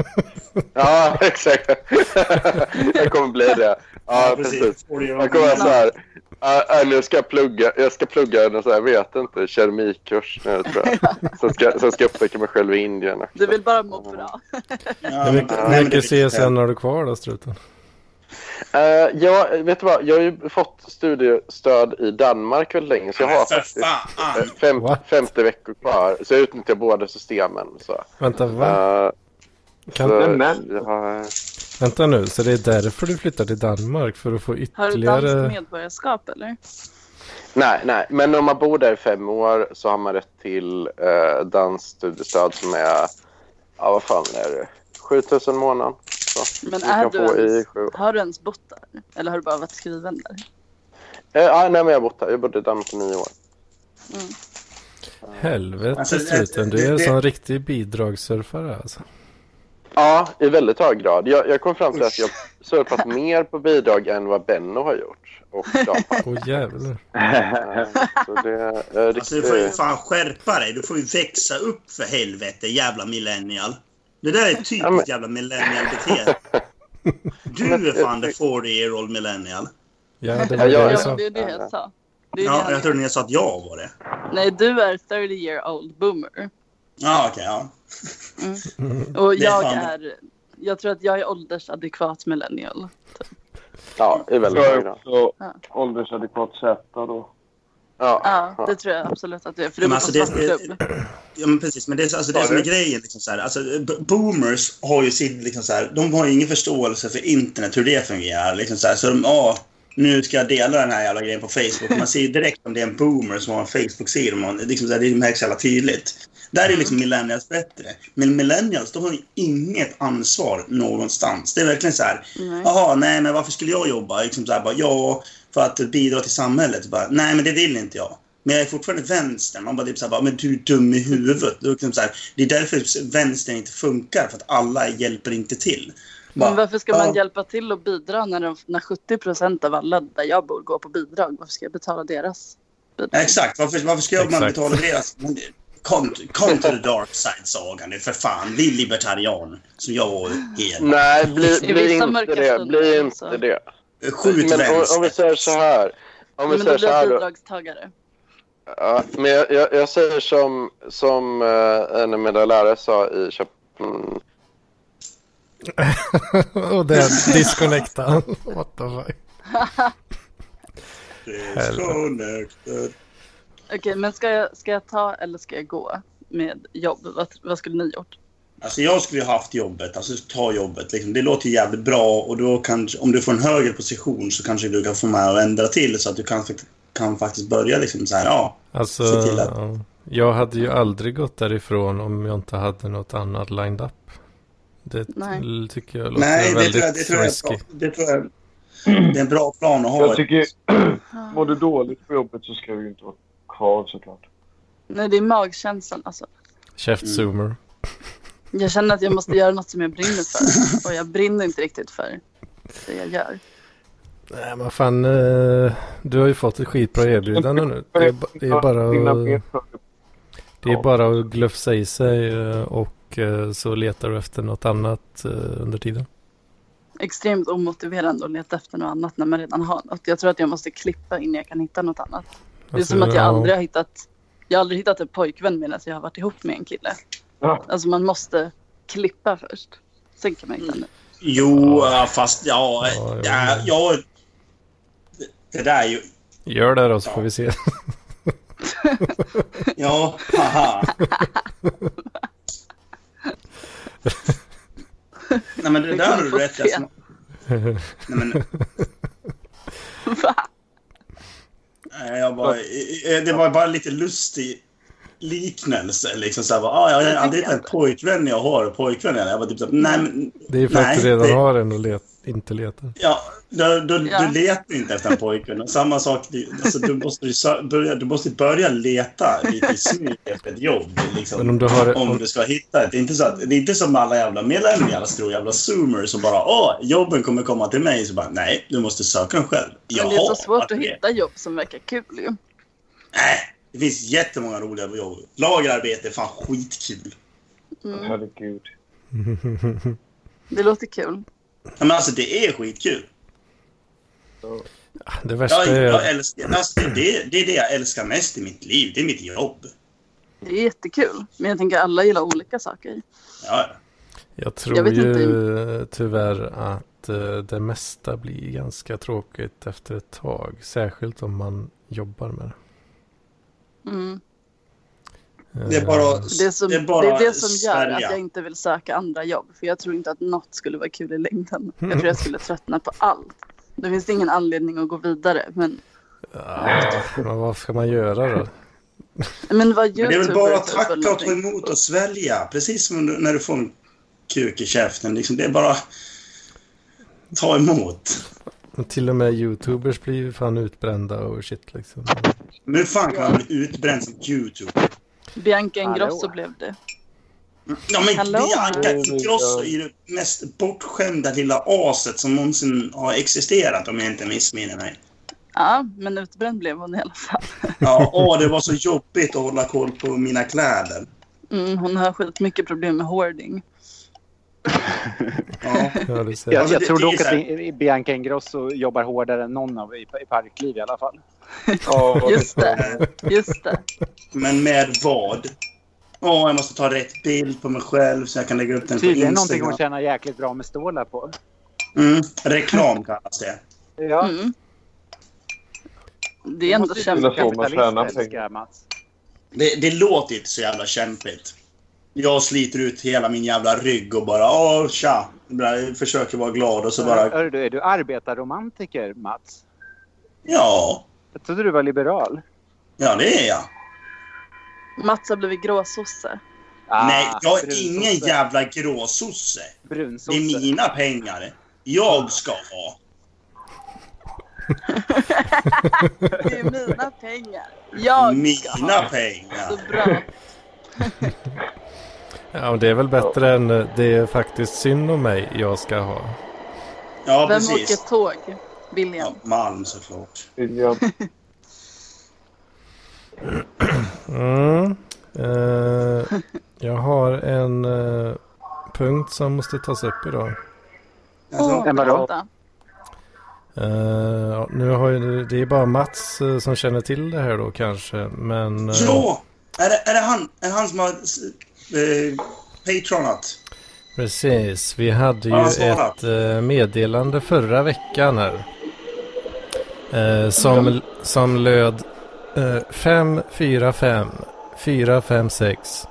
Ja, exakt. Jag kommer bli det. Ja, precis. Jag kommer vara så här. Ja, nu ska jag plugga. Jag ska plugga en så här, jag vet inte, keramikkurs nu, tror jag. Så ska, så ska jag upptäcka mig själv i Indien också. Du vill bara må bra. Ja, Hur mycket, men- hur nej, men mycket det- C S N har du kvar då, struten? Uh, jag, vet du vad? Jag har ju fått studiestöd i Danmark väldigt länge. Så jag har För faktiskt fan. eh, fem, What? femtio veckor kvar. Så jag utnyttjar båda systemen. Så. Vänta, va? Uh, Kan, så men- jag har... vänta nu, så det är därför du flyttar till Danmark? För att få Har du ytterligare... danskt medborgarskap eller? Nej, nej. Men om man bor där i fem år så har man rätt till uh, danskt studiestöd som är... Ja, vad fan är det? sju tusen månaden. Så. Men Du är kan du få i ens, sju år. har du ens bott där? Eller har du bara varit skriven där? Uh, ja, nej, men jag har bott här. Jag bodde i Danmark i nio år. Mm. Helvete, Alltså, det- struten. Du det- är en det- sån riktig bidragssurfare alltså. Ja, i väldigt hög grad. Jag, jag kom fram till att jag surfat mer på bidrag än vad Benno har gjort. Och Japan. Åh jävlar. Så det är riktigt... Alltså, du får ju fan skärpa dig. Du får ju växa upp för helvete, jävla millennial. Det där är typiskt Ja, men- jävla millennial-beteende. Du är fan the forty year old millennial. Ja, det Ja, var det jag- jag Ja, sa. men det är det jag sa. Det är Ja, det jag jag trodde ni sa att jag var det. Nej, du är thirty year old boomer. Ja, okej, ja. Och Det är jag fan- är... Jag tror att jag är åldersadekvat millennial. Ja, i väldigt Så hög är grad. också Ja. åldersadekvat Z då. Ja, Ja, det tror jag absolut att du är. För du Men bor alltså, på det- svartklubb. Ja, men precis. Men det, är- alltså, det Ja, som är det- grejen, liksom så här, alltså, b- boomers har ju sin, liksom så här, de har ju ingen förståelse för internet, hur det fungerar. Liksom så här, så de, ja, nu ska jag dela den här jävla grejen på Facebook. Man ser ju direkt om det är en boomer som har en Facebook-sida. Man, liksom så här, det märks jävla tydligt. Där är liksom millennials bättre. Men millennials, de har ju inget ansvar någonstans. Det är verkligen så här, Nej. jaha, nej, men varför skulle jag jobba? Liksom så här, bara, ja, för att bidra till samhället. Bara, nej, men det vill inte jag. Men jag är fortfarande vänster. Man bara typ så här, bara, men du är dum i huvudet. Det är, liksom så här, det är därför vänstern inte funkar. För att alla hjälper inte till. Bara, Men varför ska man ja, hjälpa till och bidra när, de, när sjuttio procent av alla där jag bor går på bidrag? Varför ska jag betala deras bidrag? Exakt. Varför, varför ska jag man Exakt. betala deras... Come to, come to the dark side, Sagan. Det är för fan. Vi är libertarian. Så jag är nej, bli, I bli vissa inte mörka det. stunder, Bli inte så. det. skjut Men om, vänster. om vi säger så här. Om vi Men då säger blir så här jag då. bidragstagare. Ja, men jag, jag, jag säger som, som uh, en av mina lärare sa i Köpenhamn. Och den disconnecta. What the fuck. Disconnected. Okej, men ska jag, ska jag ta eller ska jag gå med jobb? Vad, vad skulle ni gjort? Alltså jag skulle ju haft jobbet, alltså ta jobbet. Liksom. Det låter ju jävligt bra och då kanske, om du får en högre position så kanske du kan få med och ändra till så att du kan, kan faktiskt börja liksom så här, ja. Alltså, se till att... jag hade ju aldrig gått därifrån om jag inte hade något annat lined up. Det Nej. tycker jag låter Nej, det väldigt tror jag, det tror jag, risky. är bra. Det tror jag det är en bra plan att ha. Jag tycker, mår du dåligt på jobbet så ska du ju inte vara kvar såklart. Nej, det är magkänslan alltså. Käftzoomer. Mm. Jag känner att jag måste göra något som jag brinner för. Och jag brinner inte riktigt för det jag gör. Nej, men fan, eh, du har ju fått ett skitbra erbjudande nu. Det är, det är bara att, det är bara att glufsa i sig eh, och eh, så letar du efter något annat eh, under tiden. Extremt omotiverande att leta efter något annat när man redan har något. Jag tror att jag måste klippa innan jag kan hitta något annat. Det är Alltså, som att jag ja. aldrig har hittat Jag har aldrig hittat en pojkvän medan jag har varit ihop med en kille. Ja. Alltså man måste klippa först. Sen kan man hitta nu. Jo, fast ja, Ja, ja, ja, det, det där är ju... Gör det då så får vi se. Ja, haha. Nej, men det där har du rätt. Alltså. Nej, men... Va? Nej, jag bara, det var bara lite lustig liknelse. Liksom så här, bara, ah, jag har aldrig hittat en pojkvän jag har. Pojkvän jag var typ så här, nej, men, Det är för nej, att du redan det, har en och let, inte letar. Ja, du, du, Ja. du letar inte efter en pojkvän. Och samma sak, alltså, du, måste börja, du måste börja leta lite i smyg efter ett jobb. Liksom, Men om du har- om du ska hitta ett. Det är inte, så att, det är inte som alla jävla millennials tror, jävla zoomers som bara, åh, jobben kommer komma till mig. Så bara, nej, du måste söka dem själv. Men det är så svårt att det. hitta jobb som verkar kul ju. Nej, det finns jättemånga roliga jobb. Lagerarbete är fan skitkul. Mm. Herregud. Det låter kul. Ja, men alltså, det är skitkul. Det värsta Jag, är... jag älskar, alltså, det, det är det jag älskar mest i mitt liv. Det är mitt jobb. Det är jättekul. Men jag tänker alla gillar olika saker. Ja, Jag tror Jag vet ju tyvärr att eh, det mesta blir ganska tråkigt efter ett tag. Särskilt om man jobbar med det. Mm. det är bara... Det, är som, Det det, är bara är det som gör Sverige. att jag inte vill söka andra jobb. För jag tror inte att något skulle vara kul i längden. Jag tror jag skulle tröttna på allt. Det finns ingen anledning att gå vidare. Men, Ja, men vad ska man göra då? men vad Men det är väl bara att YouTuber för tacka och ta någonting? emot och svälja. Precis som när du får en kuk i käften. Liksom, det är bara ta emot. Men till och med YouTubers blir ju fan utbrända och shit liksom. Men hur fan kan man bli utbränd som YouTube? Bianca Ingrosso Hallå. blev det. Ja, men Hallå? Bianca Ingrosso är det mest bortskämda lilla aset som någonsin har existerat, om jag inte missminner mig. Ja, men utbränd blev hon i alla fall. Ja, åh, det var så jobbigt att hålla koll på mina kläder. Mm, hon har skitmycket problem med hoarding. Ja. Ja, det ser Jag, Alltså, jag det- tror det är dock så att här- Bi- Bianca Ingrosso jobbar hårdare än någon av i, i Parkliv i alla fall. Ja, Just det, just det. Men med vad? Åh, jag måste ta rätt bild på mig själv så jag kan lägga upp den på Tydligen någonting Instagram. hon tjänar jäkligt bra med stålar på. Mm, reklam kallas det. Ja. Mm. Det är ändå måste ju kämpa. du kämpigt. Får man tjäna kapitalist älska, pengar? Mats. Det, det låter inte så jävla kämpigt. Jag sliter ut hela min jävla rygg och bara, åh, tja. Jag försöker vara glad och så bara, Hör du, är du arbetarromantiker, Mats? ja, Jag trodde du var liberal. ja det är jag. Mats har blivit gråsosse. Ah, Nej, jag är brunsosse. ingen jävla gråsosse. Det Brunsosse. är mina pengar. Jag ska ha. Det är mina pengar. Jag ska Mina ha. Så pengar. bra. Ja, och det är väl bättre än eh, det är faktiskt synd om mig jag ska ha. Ja, Vem precis. åker tåg? William. Ja, Malm såklart. Ja. Mm. Eh, jag har en eh, punkt som måste tas upp idag. Alltså, Men vadå? berätta. Eh, ja, nu har ju, det är bara Mats eh, som känner till det här då kanske. Men eh, ja! Är det, är det han, är det han som har eh, patronat? precis, vi hade ju Ja, svara. ett eh, meddelande förra veckan här. Eh, som, som löd eh, fem fyra fem fyra fem sex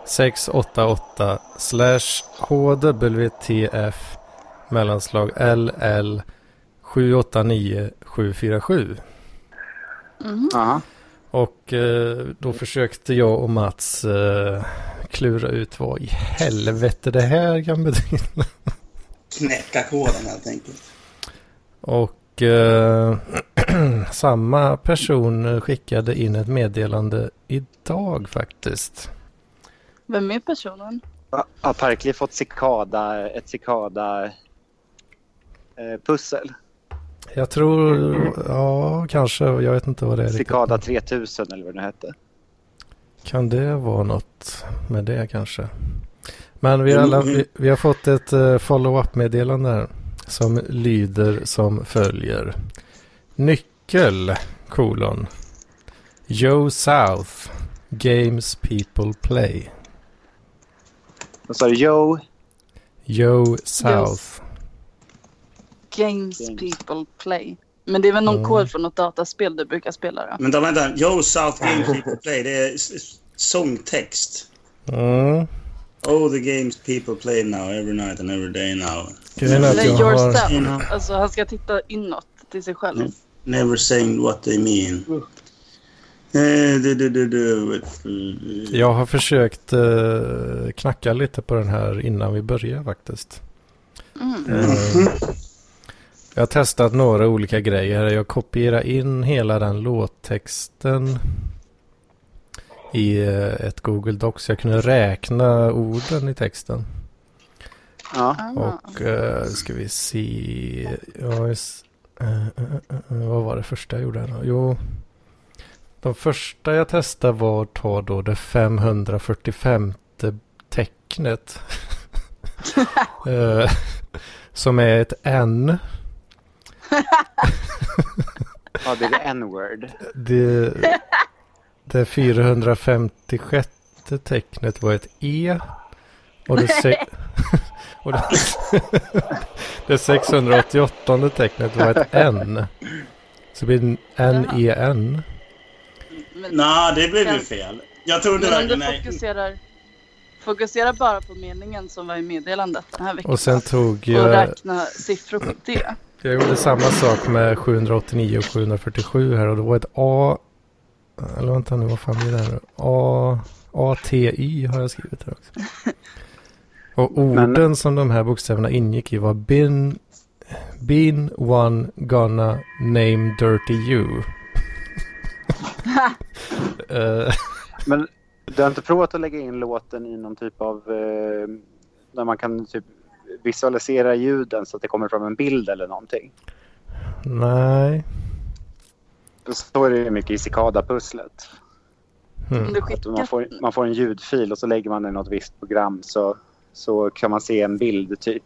sex åtta åtta slash H W T F mellanslag L L sju åtta nio sju fyra sju. Mhm. Aha. Och eh, då försökte jag och Mats eh, klura ut vad i helvete det här kan betyda. Knäcka koden helt enkelt. Och eh, samma person skickade in ett meddelande idag faktiskt. Vem är personen? Har Parkliv fått cikada, ett cikada eh, pussel? Jag tror, ja kanske, jag vet inte vad det är Cikada riktigt. tre tusen eller vad det hette. Kan det vara något med det kanske? Men vi, alla, vi, vi har fått ett uh, follow-up-meddelande här som lyder som följer. Nyckel, kolon. Joe South, Games People Play. Vad sa du? Joe? Joe South. Games, Games. People Play. Men det är väl någon Mm. kod från något dataspel du brukar spela då? Men då vänta, Joe South Games People Play, det är s- s- sångtext. Mm. Oh, the games people play now, every night and every day now. Grejen är att Eller jag har... yourself. Mm. Alltså han ska titta inåt till sig själv. Mm. Never saying what they mean. Eh, du, du, du, du. Jag har försökt uh, knacka lite på den här innan vi börjar faktiskt. Mm. Eh, jag har testat några olika grejer. Jag kopierar in hela den låttexten i eh, ett Google Docs. Jag kunde räkna orden i texten. Ja. Ah. Och uh, ska vi se... Ja, just, uh, uh, uh, uh, vad var det första jag gjorde här då? Jo, de första jag testade var att ta då det femhundrafyrtiofemte tecknet. uh, som är ett N. Ja, det är det N-word. Det, det fyrahundrafemtiosjätte tecknet var ett E. Och det, se, och det, det sexhundraåttioåttonde tecknet var ett N. Så det blir N E N. Men, Nej, det blev ju Kan- fel. Jag trodde men om verkligen... du Nej. fokuserar, fokuserar bara på meningen som var i meddelandet den här veckan. Och sen tog Och jag... räkna siffror på det. Jag gjorde samma sak med sjuhundraåttionio och sjuhundrafyrtiosju här. Och det var ett A... Eller vänta nu, vad fan blir det här? A... A T Y har jag skrivit här också. Och orden Men- som de här bokstäverna ingick i var been, been one gonna name dirty you. Eh, Men du har inte provat att lägga in låten i någon typ av... Eh, där man kan typ visualisera ljuden så att det kommer fram en bild eller någonting? nej. Så är det mycket i Cicada-pusslet. Om Hmm. du Att man, skickar, får, man får en ljudfil och så lägger man den i något visst program så, så kan man se en bild typ.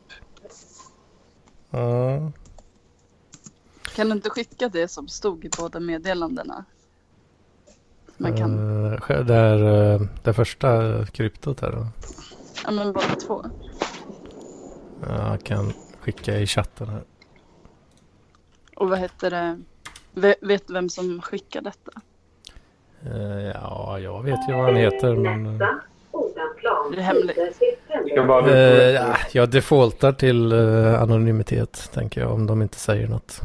Ja. kan du inte skicka det som stod i båda meddelandena? Man kan, Eh, sj- där, eh, det första kryptot här då. ja men båda två. Jag kan skicka i chatten här. Och vad heter det? Ve- Vet du vem som skickar detta? Eh, ja, jag vet ju vad han heter, men... eh, Är det hemligt? Ska bara Eh, ja, jag defaultar till eh, anonymitet, tänker jag, om de inte säger något.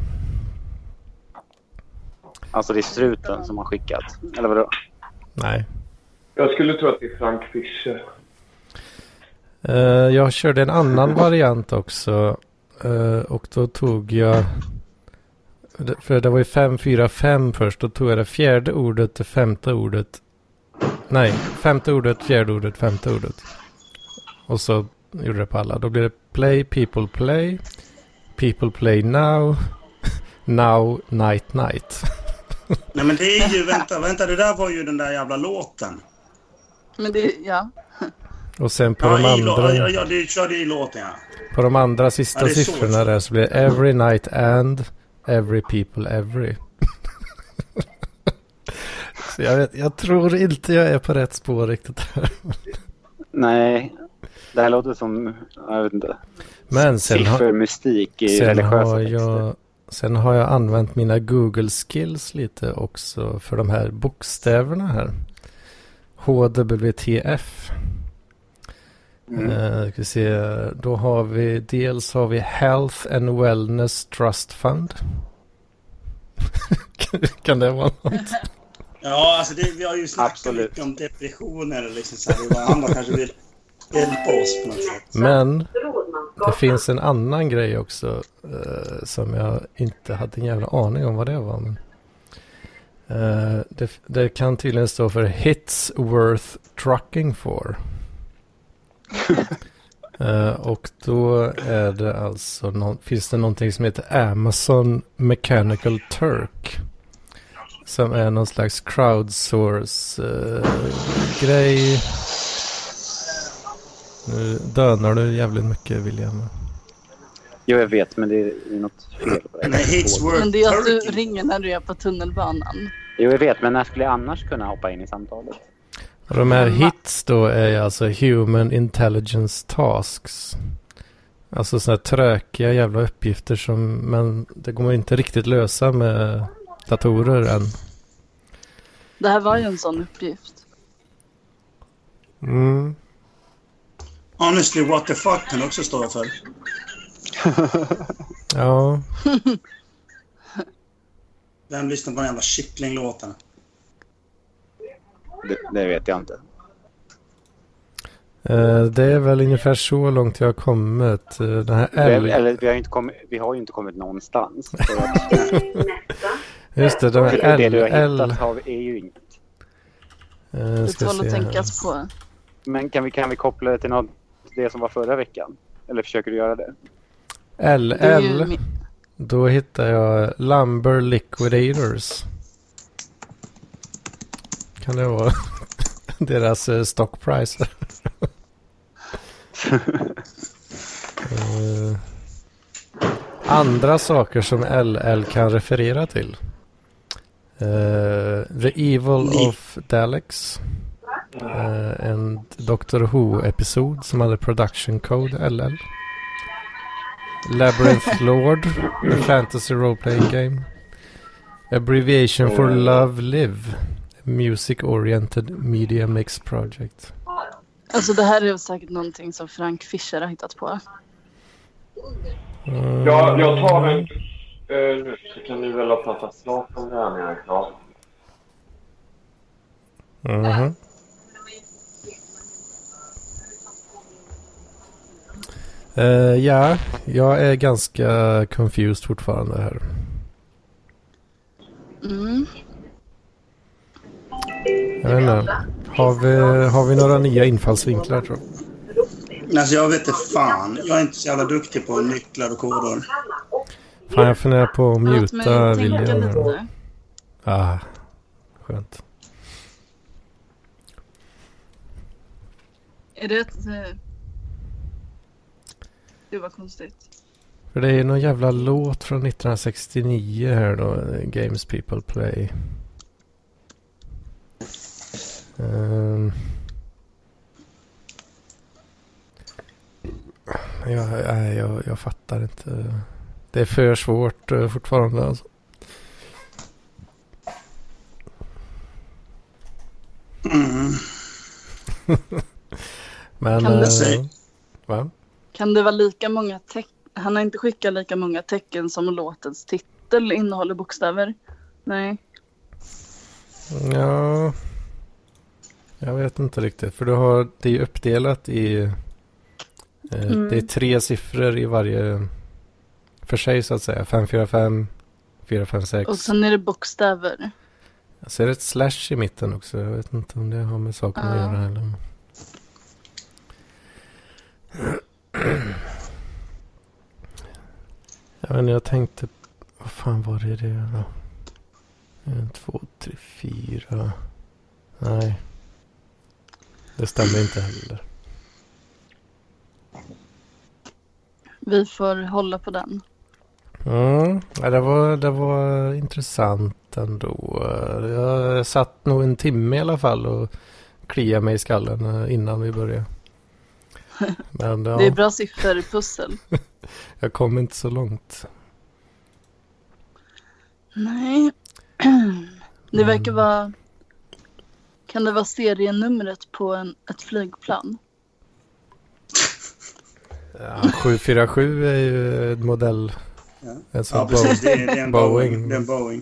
Alltså det är struten som har skickat. Eller vadå? Nej. Jag skulle tro att det är Frank Fischer. Eh, jag körde en annan variant också. Eh, och då tog jag... För det var ju fem fyra fem först. Då tog jag det fjärde ordet, det femte ordet. Nej, femte ordet, fjärde ordet, femte ordet. Och så gjorde det på alla. Då blir det play, people play. People play now. Now, night, night. Nej, men det är ju... Vänta, vänta, det där var ju den där jävla låten. Men det, ja. Och sen på Ja, de i, lå- andra... ja, ja, du körde i låten, ja. På de andra sista Ja, det är så. siffrorna där så blir det every night and every people every. Så jag, vet, jag tror inte jag är på rätt spår riktigt här. Nej, det här låter som, jag vet inte, Men sen har, siffermystik i sen, religiösa har texter. jag, sen har jag använt mina Google skills lite också för de här bokstäverna här. H W T F. Mm. Uh, ska vi se. Då har vi dels har vi Health and Wellness Trust Fund. Kan det vara något? Ja, alltså det, vi har ju snackat Absolut. mycket om depressioner. Liksom så här, vad andra kanske vill hjälpa oss på något sätt. Men det finns en annan grej också uh, som jag inte hade en jävla aning om vad det var. Men, uh, det, det kan tydligen stå för Hits Worth Trucking For. uh, och då är det alltså no- finns det någonting som heter Amazon Mechanical Turk. Som är någon slags crowdsource uh, grej. Nu dönar du jävligt mycket, William. Jo, jag vet, men det är något fel på det. Men hits worth Men det är att du turkey. ringer när du är på tunnelbanan. Jo, jag vet, men när skulle jag annars kunna hoppa in i samtalet? Och de här hits då är alltså Human Intelligence Tasks. Alltså sådana här trökiga jävla uppgifter som, men det går man inte riktigt lösa med datorer än. Det här var ju en sån uppgift. Mm. Honestly, what the fuck kan också stå för. Ja. Vem lyssnar på den jävla kycklinglåten? Det, det vet jag inte. Uh, det är väl ungefär så långt jag har kommit. Uh, den här Vi, har- L... eller, vi, har inte kommit, vi har ju inte kommit någonstans. Så att, Just det, den här det, L... det du har L... hittat har vi, är ju inget. Uh, Det ska tål att se. tänkas på. Men kan vi, kan vi koppla det till något, det som var förra veckan? Eller försöker du göra det? L... Det är ju L... mi- Då hittar jag Lumber Liquidators. Kan det vara deras uh, stock price? uh, andra saker som L L kan referera till. Uh, The Evil Ni- of Daleks. Uh, en Doctor Who-episod som hade production code L L. Labyrinth Lord, a fantasy role-playing game. Abbreviation for Love Live, music-oriented media mix project. Alltså det här är säkert någonting som Frank Fischer har hittat på. Mm. Ja, jag tar en uh, nu så kan ni väl prata snart om det här när jag är klar. Mhm. Uh, ja, jag är ganska confused fortfarande här. Mm. Jag vet inte. Har vi, har vi några nya infallsvinklar tror jag? Alltså jag vet inte fan. Jag är inte så jävla duktig på nycklar och koder. Fan, jag funderar på att Låt mig muta tänka William. här. lite. Ah, skönt. Är det ett... eh, Det var konstigt. För det är någon jävla låt från nittonhundrasextionio här då. Games People Play. Um, jag, nej, jag, jag fattar inte. Det är för svårt uh, fortfarande alltså. Mm. Men... Kan du eh, säga- va? Kan det vara lika många tecken? Han har inte skickat lika många tecken som låtens titel innehåller bokstäver. Nej. Ja, jag vet inte riktigt. För du har det är uppdelat i eh, Mm. det är tre siffror i varje för sig så att säga. fem fyra fem, fyra fem sex. Och sen är det bokstäver. Så är det ett slash i mitten också. Jag vet inte om det har med saken att Ja. göra heller. Jag vet inte, jag tänkte vad fan var det det då? En, två, tre, fyra. Nej. Det stämmer inte heller. Vi får hålla på den. Mm, ja, det var, det var intressant ändå. Jag satt nog en timme i alla fall och kliade mig i skallen innan vi började. Men ja, Det är bra siffror i pussel. jag kom inte så långt. Nej. Det Men- verkar vara... Kan det vara serienumret på en, ett flygplan? Ja, sju fyra sju är ju en modell. Ja, En sån ja precis. Det är, det är en Boeing. Boeing. Det är en Boeing.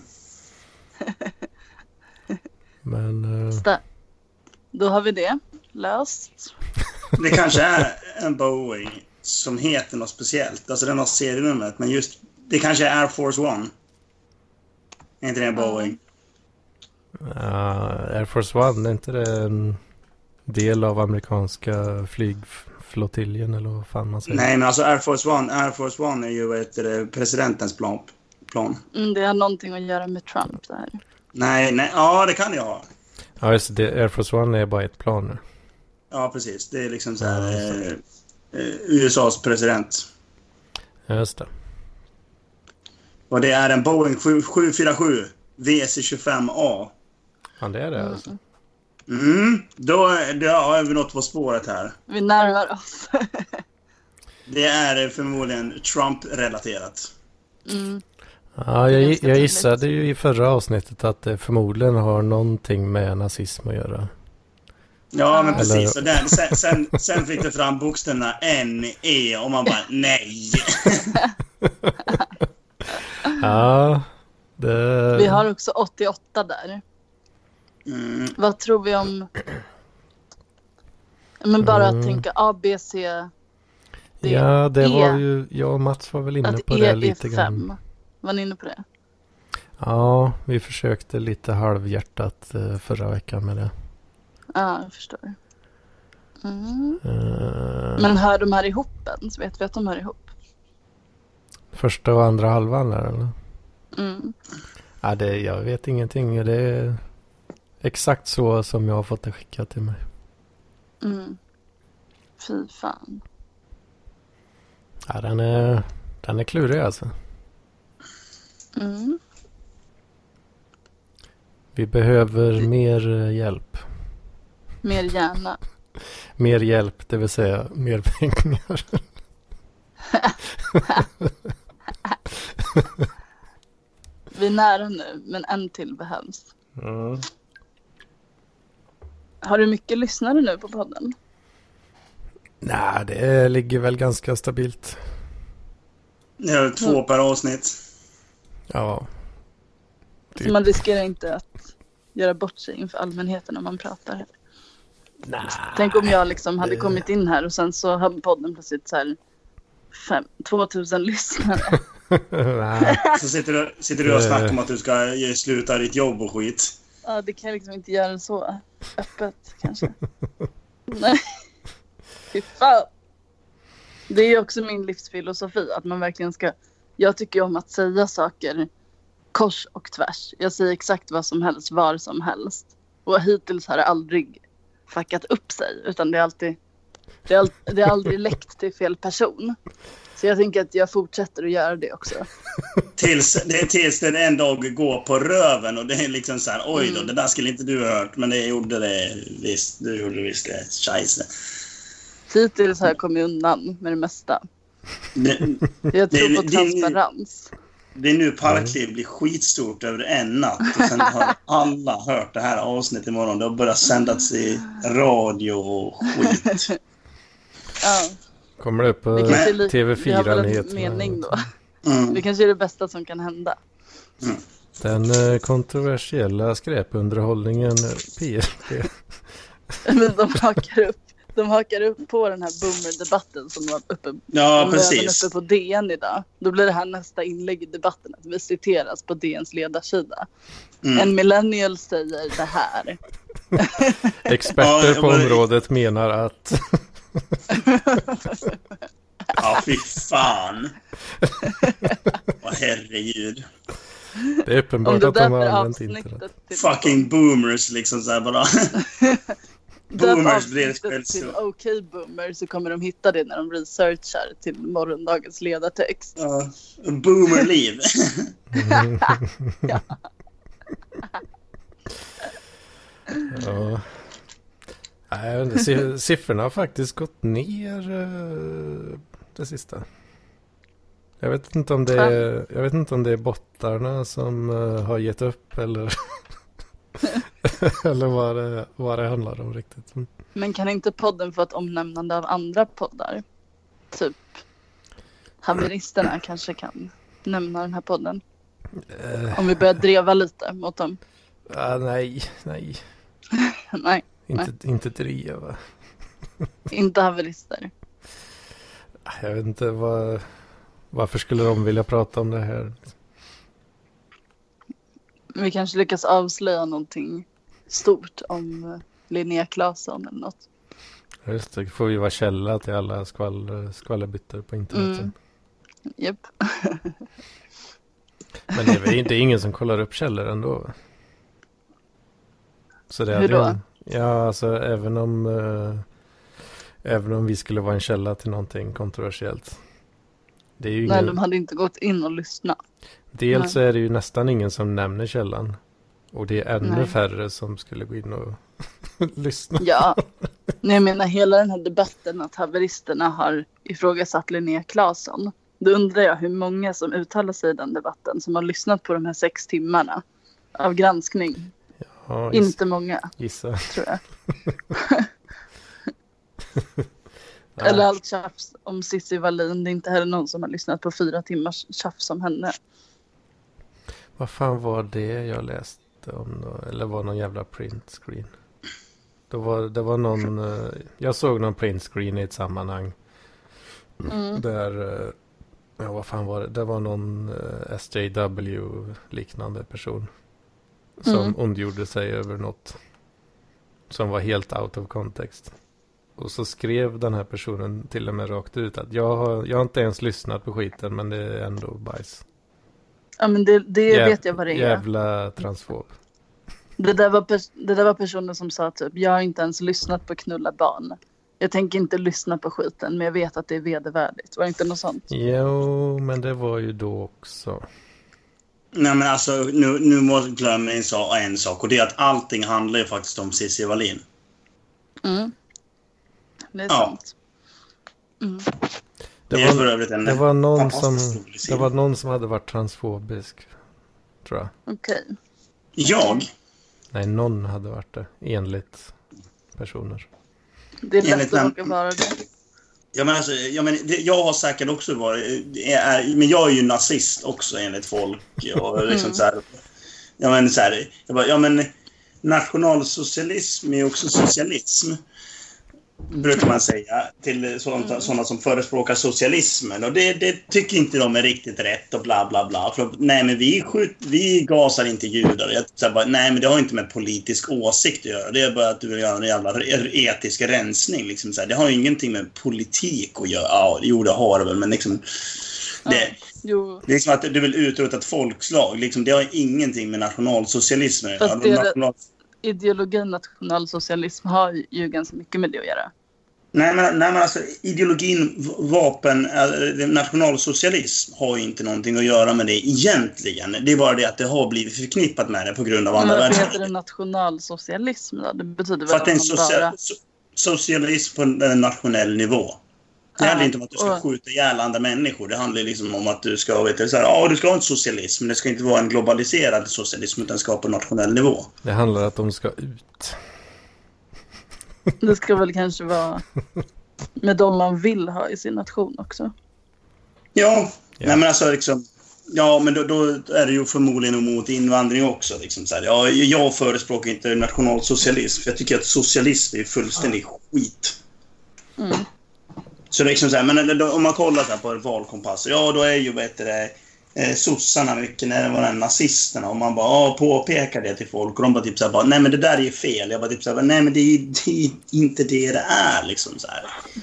Men... eh, Där. Då har vi det löst. Det kanske är en Boeing som heter något speciellt. Alltså den har serienumret. Men just, det kanske är Air Force One. Är inte det en Boeing? ja, Air Force One, är inte det en del av amerikanska flygflottiljen eller vad fan man säger? Nej, men alltså Air Force One, Air Force One är ju vad heter det, presidentens plan. plan. Mm, det har någonting att göra med Trump det här. Nej, nej, ja det kan jag ha. Ja, just det. Air Force One är bara ett plan nu. Ja, precis. Det är liksom så här Ja, eh, eh, U S A:s president. Ja, just det. Och det är en Boeing sju fyra sju V C tjugofem A. Ja, det är det Mm. alltså. Mm, då, då har vi något på spåret här. Vi närmar oss. Det är förmodligen Trump-relaterat. Mm. Ja, jag, Ganska jag tydligt. gissade ju i förra avsnittet att det förmodligen har någonting med nazism att göra. Ja, men Eller- precis. Och den, sen, sen, sen fick det fram bokstäverna N, E och man bara nej. Ja, det... Vi har också åttioåtta där. Mm. Vad tror vi om... Men bara Mm. att tänka A, B, C, D, Ja, det E. var ju... Jag och Mats var väl inne Att på E det är lite grann. fem. Var ni inne på det? Ja, vi försökte lite halvhjärtat eh, förra veckan med det. Ja, jag förstår. Mm. Eh, Men hör de här ihop ens? Vet vi att de hör ihop? Första och andra halvan där, eller? Mm. Ja, det, jag vet ingenting. Det är exakt så som jag har fått det skickat till mig. Mm. Fy fan. Ja, den är, den är klurig alltså. Mm. Vi behöver mer eh, hjälp. Mer hjärna. Mer hjälp, det vill säga mer pengar. Vi är nära nu, men en till behövs. Mm. Har du mycket lyssnare nu på podden? Nej, det ligger väl ganska stabilt. Det är två per avsnitt. Ja. Så man riskerar inte att göra bort sig inför allmänheten när man pratar. Nej. Tänk om jag liksom hade det- kommit in här och sen så hade podden plötsligt så här fem, tvåtusen lyssnare. Nej. Så sitter du, sitter du och snackar om att du ska ge- sluta ditt jobb och skit. Ja, det kan jag liksom inte göra så öppet kanske. Nej. Fy fan. Det är ju också min livsfilosofi att man verkligen ska... Jag tycker om att säga saker kors och tvärs. Jag säger exakt vad som helst, var som helst. Och hittills har det aldrig fuckat upp sig. Utan det är alltid... Det är, all, det är aldrig läckt till fel person. Så jag tänker att jag fortsätter att göra det också. Tills det, är tills det en dag går på röven och det är liksom så här, oj då, Mm. det där skulle inte du ha hört, men det gjorde det visst, du gjorde det visst det, scheisse. Hittills har jag kommit undan med det mesta. Det, Jag tror Det- på det- transparens. det är nu Parkliv blir skitstort över en natt och sen har alla hört det här avsnittet imorgon. Det har börjat sändas i radio och skit. Ja, Kommer det upp på det kanske är li- T V vi har väl en fyra-nyheterna? mening då. Mm. Det kanske är det bästa som kan hända. Den eh, kontroversiella skräpunderhållningen P R P. Men de hakar upp, de hakar upp på den här boomer-debatten som var uppe, Ja, som var precis. uppe på D N idag. Då blir det här nästa inlägg i debatten att vi citeras på D N:s ledarsida. Mm. En millennial säger det här. Experter Ja, på vad- området menar att... Ja, fy fan. Åh, herregud. Det är Om uppenbart du att de har döper använt internet. avsnittet till Fucking boomers liksom så här bara. döp boomers blir ett avsnittet till skällsord. OK Boomer så kommer de hitta det när de researchar till morgondagens ledartext. Ja, boomerliv. Ja. Nej, jag vet inte, si- siffrorna har faktiskt gått ner eh, det sista. Jag vet inte om det är, jag vet inte om det är bottarna som eh, har gett upp eller eller vad det, vad det handlar om riktigt. Men kan inte podden få ett omnämnande av andra poddar? typ haveristerna kanske kan nämna den här podden. Uh, Om vi börjar dreva lite mot dem. Uh, nej, nej. nej. Inte, nej. inte dreva. Inte haverister. Jag vet inte vad, varför skulle de vilja prata om det här. Vi kanske lyckas avslöja någonting stort om Linnea Claesson eller något. Just det, får vi vara källa till alla skvaller, skvallerbyttor på internet. Mm. Japp. Men det är, väl, det är ingen som kollar upp källor ändå. Så det Hur då? En, ja, alltså även om äh, även om vi skulle vara en källa till någonting kontroversiellt. Det är ju Nej, ingen, de hade inte gått in och lyssnat. dels så Nej. är det ju nästan ingen som nämner källan. Och det är ännu Nej. färre som skulle gå in och lyssna. Ja, nej, jag menar hela den här debatten att haveristerna har ifrågasatt Linnea Claesson. Då undrar jag hur många som uttalar sig i den debatten som har lyssnat på de här sex timmarna av granskning. Ja, giss, Inte många, gissa. tror jag. Nej. Eller allt tjafs om Cissi Wallin. Det är inte heller någon som har lyssnat på fyra timmars tjafs om henne. Vad fan var det jag läste om då? Eller var någon jävla print screen? Då var, det var någon... eh, Jag såg någon print screen i ett sammanhang. Mm. Där... eh, Ja, vad fan var det? Det var någon eh, S J W-liknande person. Som Mm. ondgjorde sig över något. Som var helt out of context. Och så skrev den här personen till och med rakt ut att jag har, jag har inte ens lyssnat på skiten, men det är ändå bajs. Ja, men det, det Jäv- vet jag vad det är. Jävla transfob. Det där, var pers- det där var personen som sa typ, jag har inte ens lyssnat på Knulla barn. Jag tänker inte lyssna på skiten, men jag vet att det är vedervärdigt. Var det inte något sånt? Jo, men det var ju då också. Nej, men alltså, nu, nu måste jag glömma en sak, en sak. Och det är att allting handlar ju faktiskt om Cissi Wallin. Mm. Det är Ja. sant. Mm. Det Det är för var, övrigt en det var någon som fantastisk rolig serie. det var någon som hade varit transfobisk, tror jag. Okej. Jag? Nej, någon hade varit det, enligt personer. Det är lätt Enligt att vem? råka vara det. Ja, men alltså, jag, men, det, jag har säkert också varit... Är, men jag är ju nazist också enligt folk. Och liksom Mm. så här, ja, men, så här, jag bara, ja, men nationalsocialism är också socialism. Brukar man säga till sådana, Mm. sådana som förespråkar socialismen. Och det, det tycker inte de är riktigt rätt och bla bla bla. För, nej, men vi, skjut, vi gasar inte judar. Jag, så här, bara, nej, men det har inte med politisk åsikt att göra. Det är bara att du vill göra en jävla etisk rensning. Liksom, så här. Det har ju ingenting med politik att göra. Ja, jo, det har det väl, men liksom... Det, Ja, jo. det är som att du vill utrota ett folkslag. Liksom, det har ingenting med nationalsocialism att göra. Fast det är det- National... Ideologin nationalsocialism har ju ganska mycket med det att göra. Nej, men, nej, men alltså ideologin, v- vapen, äh, nationalsocialism har ju inte någonting att göra med det egentligen. Det är bara det att det har blivit förknippat med det på grund av Men andra varför heter det världskriget. nationalsocialism då? Det betyder För väl att det är en att man socia- bara... so- socialism på en nationell nivå. Det Ja, handlar inte om att du ska och- skjuta ihjäl andra människor. Det handlar liksom om att du ska, vet du, så här, ja, du ska ha en socialism, men det ska inte vara en globaliserad socialism utan ska vara på nationell nivå. Det handlar om att de ska ut. Det ska väl kanske vara med dem man vill ha i sin nation också. Ja, Ja. nej men alltså liksom... Ja, men då, då är det ju förmodligen emot invandring också. Liksom, så här. Ja, jag förespråkar inte nationalsocialism, för jag tycker att socialism är fullständig skit. Mm. Så det är liksom så här, men då, om man kollar så här på valkompasser, ja då är ju vet det, eh, sossarna mycket när det var den nazisterna, och man bara ja, påpekar det till folk och de bara typ så här, bara, nej men det där är ju fel. Jag bara typ så här, nej men det är, det är inte det det är liksom så här.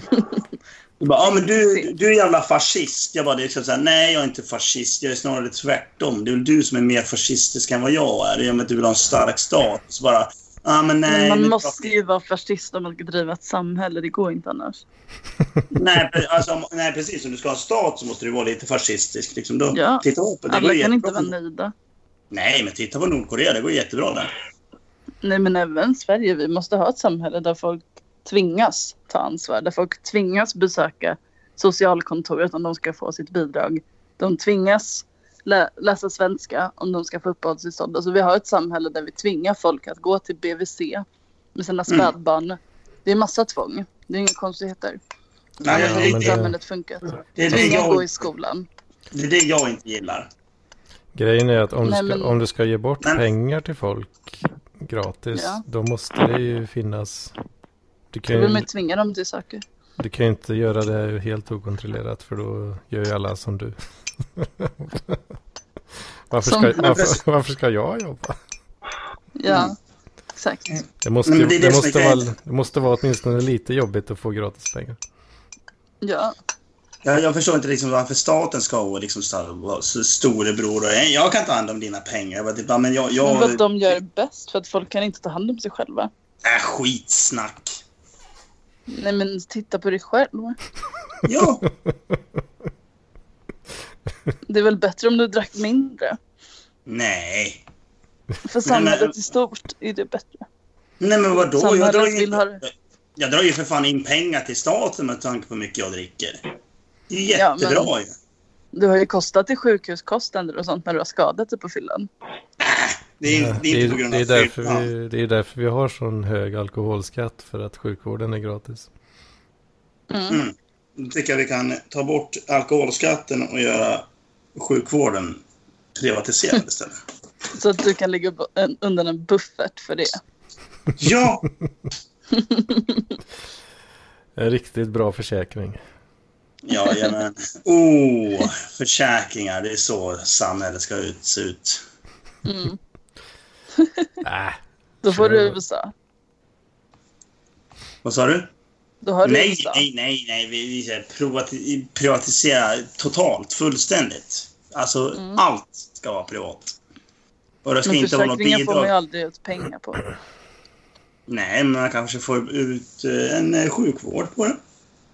Du bara, ja men du, du är jävla fascist. Jag bara, det är liksom så här, nej jag är inte fascist, jag är snarare tvärtom. Det är väl du som är mer fascistisk än vad jag är. Det är att du vill ha en stark stat. Så bara, ja men nej. Men man men- måste ju vara fascist om man ska driva ett samhälle. Det går inte annars. Nej, pre- alltså, om- nej, precis. Om du ska ha en stat så måste du vara lite fascistisk. Liksom. Då, Ja, titta på det. Det Alla går kan inte jättebra. vara nöjda. Nej, men titta på Nordkorea. Det går jättebra där. Nej, men även Sverige. Vi måste ha ett samhälle där folk tvingas ta ansvar. Där folk tvingas besöka socialkontoret om de ska få sitt bidrag. De tvingas lä- läsa svenska om de ska få uppehållstillstånd. Alltså vi har ett samhälle där vi tvingar folk att gå till B V C med sina Mm. spädbarn. Det är massa tvång. Det är inga konstigheter. Nej, Ja, det, det det, är inte det- samhället funkat. det, är det, Ingen går jag, i skolan. det är det jag inte gillar. Grejen är att om, Nej, du, ska, men- om du ska ge bort Men- pengar till folk gratis, Ja. då måste det ju finnas... Du Då kan vill man ju, ju tvinga dem till saker. du kan ju inte göra det helt okontrollerat, för då gör ju alla som du. varför, Som- ska, varför, varför ska jag jobba? Ja, Mm. exakt. Det måste, Nej, ju- men det är det, det som är måste grejen. vara, det måste vara åtminstone lite jobbigt att få gratis pengar. Ja, Jag, jag förstår inte liksom varför staten ska vara liksom så- vara så storebror. Och, jag kan ta hand om dina pengar. Jag bara, typ, ja, men jag... jag men vad de gör bäst, för att folk kan inte ta hand om sig själva. Äh, skitsnack. Nej, men titta på dig själv. Ja, Det är väl bättre om du drack mindre. nej. För samhället i stort är det bättre. Nej, men vadå? Jag Samhället drar, ju vill ha inte, det. jag drar ju för fan in pengar till staten med tanke på hur mycket jag dricker. Det är ju Ja, men- jättebra ju. Du har ju kostat i sjukhuskostnader och sånt när du har skadat dig på fyllan. Det är, Ja, det är inte på grund det, av är därför fyllan. vi, det är därför vi har sån hög alkoholskatt, för att sjukvården är gratis. Mm. Mm. Då tycker jag vi kan ta bort alkoholskatten och göra sjukvården privatiserad istället. Så att du kan ligga bu- en- under en buffert för det. Ja! En riktigt bra försäkring. Ja, men. Oh, försäkringar. Det är så samhället ska ut, se ut. Mm. Äh, Då får du Kör. U S A. Vad sa du? Då har du Nej, U S A. nej, nej, nej. Vi, vi ska privati- privatisera totalt, fullständigt. Alltså, Mm. allt ska vara privat. Och det ska Men inte vara något försäkringen får man ju bidrag. aldrig ut pengar på. Nej, men man kanske får ut eh, en eh, sjukvård på det.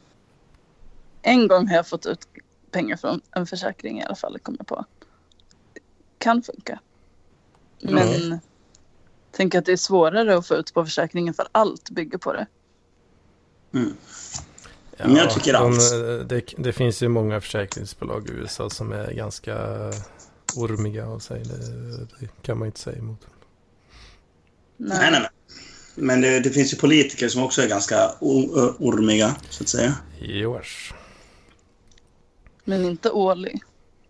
En gång har jag fått ut pengar från en försäkring i alla fall, kommer jag på. Kan funka. Men tänk att det är svårare att få ut på försäkringen för allt bygger på det. Mm. Men jag tycker de, alls. det, det finns ju många försäkringsbolag i U S A som är ganska ormiga av sig. Det, det kan man inte säga emot. Nej. Nej, nej, nej. Men det, det finns ju politiker som också är ganska o- ö- ormiga, så att säga. Joars. Men inte Åli.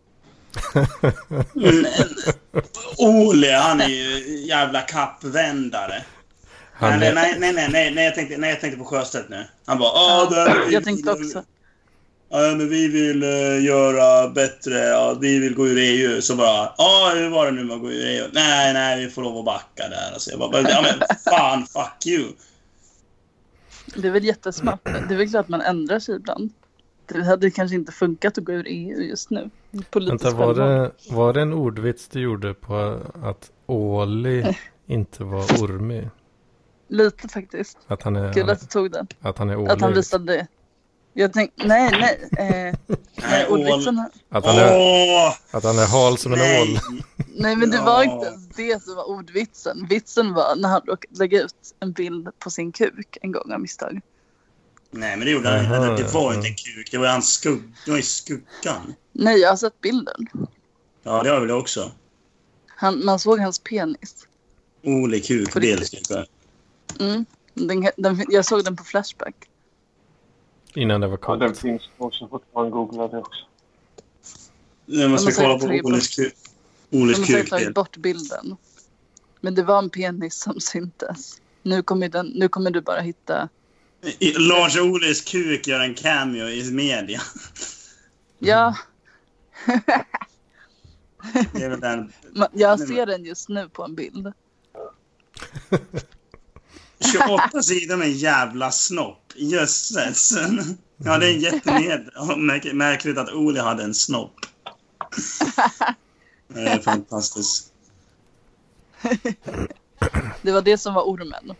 Mm, Ole, han är ju jävla kappvändare. Han nej, är, nej, nej, nej, nej, nej, jag tänkte, nej, jag tänkte på Sjöstedt nu. Han bara, ja, där, Jag tänkte också. Ja, men vi vill uh, göra bättre, ja, vi vill gå ur E U. Så bara, ja, hur var det nu med att gå ur E U? Nej, nej, vi får lov att backa där. Alltså, jag bara, ja men fan, fuck you. Det är väl jättesmart. Det är väl klart att man ändrar sig ibland. Det hade kanske inte funkat att gå ur E U just nu. Politiskt vänta, var självval. det, var det en ordvits du gjorde på att Åli inte var ormig? Lite faktiskt. Att han är, Kul att du tog den. att han är Att han ålig? visade det. Jag tänkte, nej, nej. Eh, nej, ål. ordvitsen här. Att han är, Åh, att han är hal som en nej. ål? Nej, men det var Ja. inte ens det som var ordvitsen. Vitsen var när han råkade lägga ut en bild på sin kuk en gång av misstag. Nej, men det gjorde han Aha, inte. Det var ja. inte en kuk, det var hans skugg, det var i skuggan. Nej, jag har sett bilden. Ja, det har väl jag också. Han, man såg hans penis. Ole kuk, På det riktigt. älskar jag. Mm. Den, den, jag såg den på Flashback. Innan det var Ja, den coolt. finns också. Fort man googlar det också. Nu måste vi De har kolla säkert tagit på Oles kuk. De Oles har säkert kuk. tagit bort bilden. Men det var en penis som syntes. Nu kommer, den, nu kommer du bara hitta... I- Lars Oles kuk gör en cameo i media. Ja, Det är väl den. ma- jag ser den just nu på en bild. tjugoåtta sidor med en jävla snopp. Jösses. Ja, det är jättened. Märk- Märkligt att Ole hade en snopp. Det är fantastiskt. Det var det som var ormen.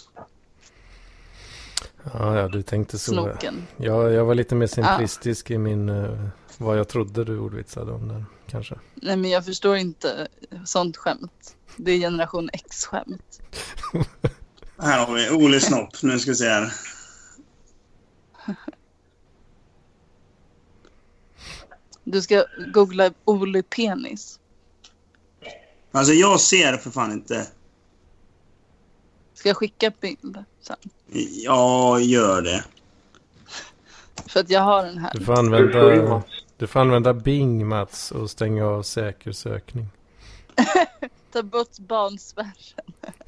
Ja, ja, du tänkte så. Snoken. Ja, jag var lite mer simplistisk i min, uh, vad jag trodde du ordvitsade om den, kanske. Nej, men jag förstår inte sånt skämt. Det är generation X-skämt. Här har vi Ole snopp. Nu ska vi se här. Du ska googla Ole penis. Alltså jag ser för fan inte. Ska jag skicka bild sen? Ja, gör det. För att jag har den här. Du får använda, du får använda Bing, Mats, och stänga av säker sökning. Ta bort barnspärren.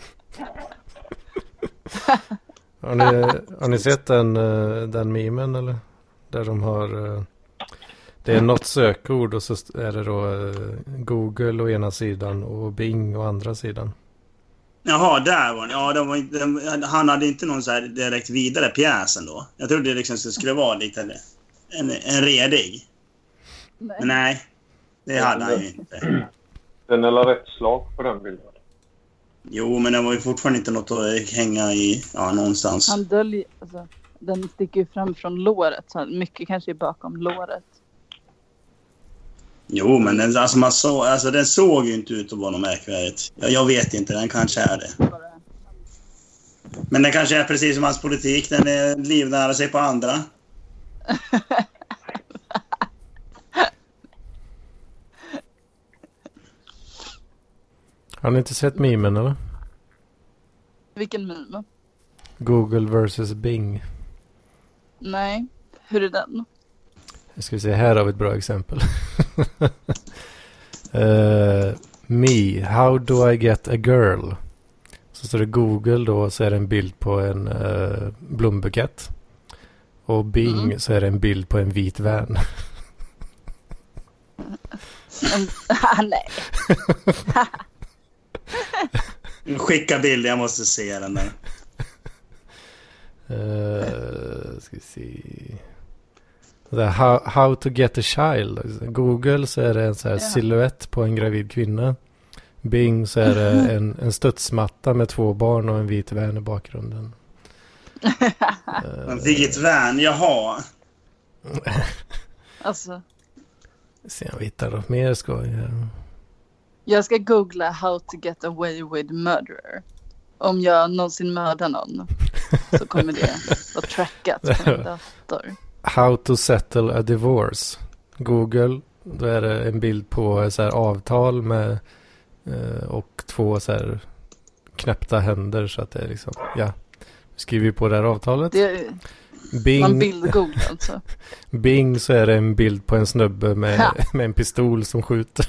Har ni, har ni sett den, den memen eller? Där de har... Det är något sökord och så är det då Google å ena sidan och Bing å andra sidan. Jaha, där var ja, det var inte, han hade inte någon så här direkt vidare pjäsen då. Jag trodde det liksom skulle vara lite en, en redig. Nej. Men nej, det hade han ju inte. Den är rätt slag på den bilden. Jo, men det var ju fortfarande inte något att hänga i ja, någonstans. Han döljer, alltså, den sticker ju fram från låret. Så mycket kanske är bakom låret. Jo, men den, alltså man så, alltså den såg ju inte ut att vara något märkvärdigt. Jag, jag vet inte, den kanske är det. Men den kanske är precis som hans politik. Den är livnära sig på andra. Har ni inte sett memen eller? Vilken meme? Google versus Bing. Nej, hur är den? Jag ska se, här har vi ett bra exempel. uh, me, how do I get a girl? Så står det Google då, så är det en bild på en uh, blombukett. Och Bing mm. så är det en bild på en vit van. Ah, nej. Skicka bild, jag måste se den där. Uh, ska vi se... How, how to get a child. Google så är det en så här ja. silhuett på en gravid kvinna. Bing så är det en, en studsmatta med två barn och en vit van i bakgrunden. En vit van, jaha. Alltså. Se om vi hittar något mer skoj här. Jag ska googla how to get away with murderer. Om jag någonsin mördar någon så kommer det att trackat på min dator. How to settle a divorce. Google, då är det en bild på så här avtal med eh, och två så här knäppta händer så att det är liksom, ja. Skriver vi på det här avtalet. Det är, Bing, man bildgooglar alltså. Bing så är det en bild på en snubbe med, med en pistol som skjuter.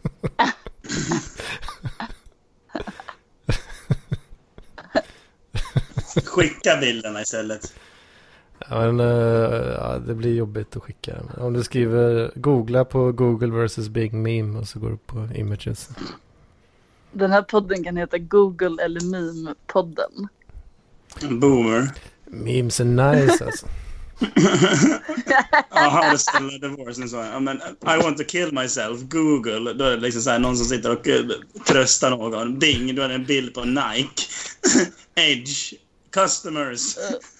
Skicka bilderna istället. Ja, men, uh, ja, det blir jobbigt att skicka. Om du skriver, googla på Google versus Bing meme och så går du på images. Den här podden kan heta Google eller Meme-podden. Boomer. Memes är nice alltså. Ja, how to settle a divorce. Så. I, mean, I want to kill myself. Google. Då är det liksom så här, någon som sitter och uh, tröstar någon. Bing, då är det en bild på Nike. Edge. Customers.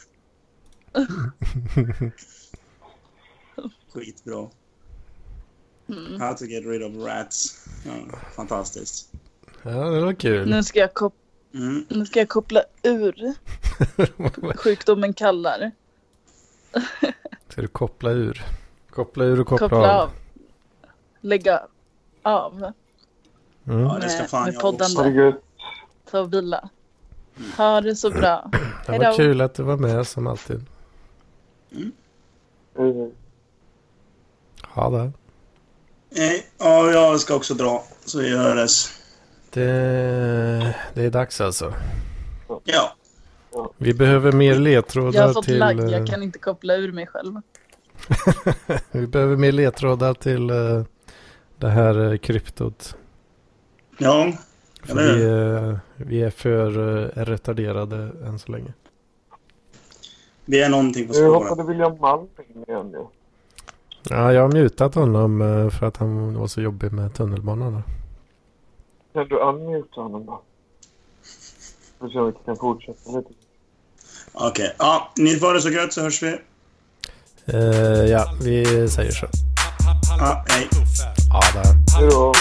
Skitbra. Mm. How to get rid of rats. Ja, fantastiskt. Ja, det var kul. Nu ska jag, kop- mm. nu ska jag koppla ur sjukdomen kallar. Ska du koppla ur? Koppla ur och koppla, koppla av. av. Lägga av. Mm. Ja, det ska fan med, med jag också. Ta och vila. Mm. Ha det så bra. Det var Hejdå. Kul att du var med som alltid. Mm. Mm. Ha det. Ja, jag ska också dra. Så vi hörs. Det, det är dags alltså. Ja. Vi behöver mer ledtrådar jag har fått till... lagg, jag kan inte koppla ur mig själv. Vi behöver mer ledtrådar till uh, det här uh, kryptot. Ja. För vi, uh, vi är för uh, retarderade än så länge. Vi är någonting på spåren. spåren. Jag hoppade William Malm igen nu. Ja, jag har mutat honom uh, för att han var så jobbig med tunnelbanan. Kan du unmuta honom då? För att se om vi kan fortsätta lite. Okej, okay. Ja, ni får det så gött så hörs vi. Uh, ja, vi säger så. Ja, hej. Ja, där. Hej då.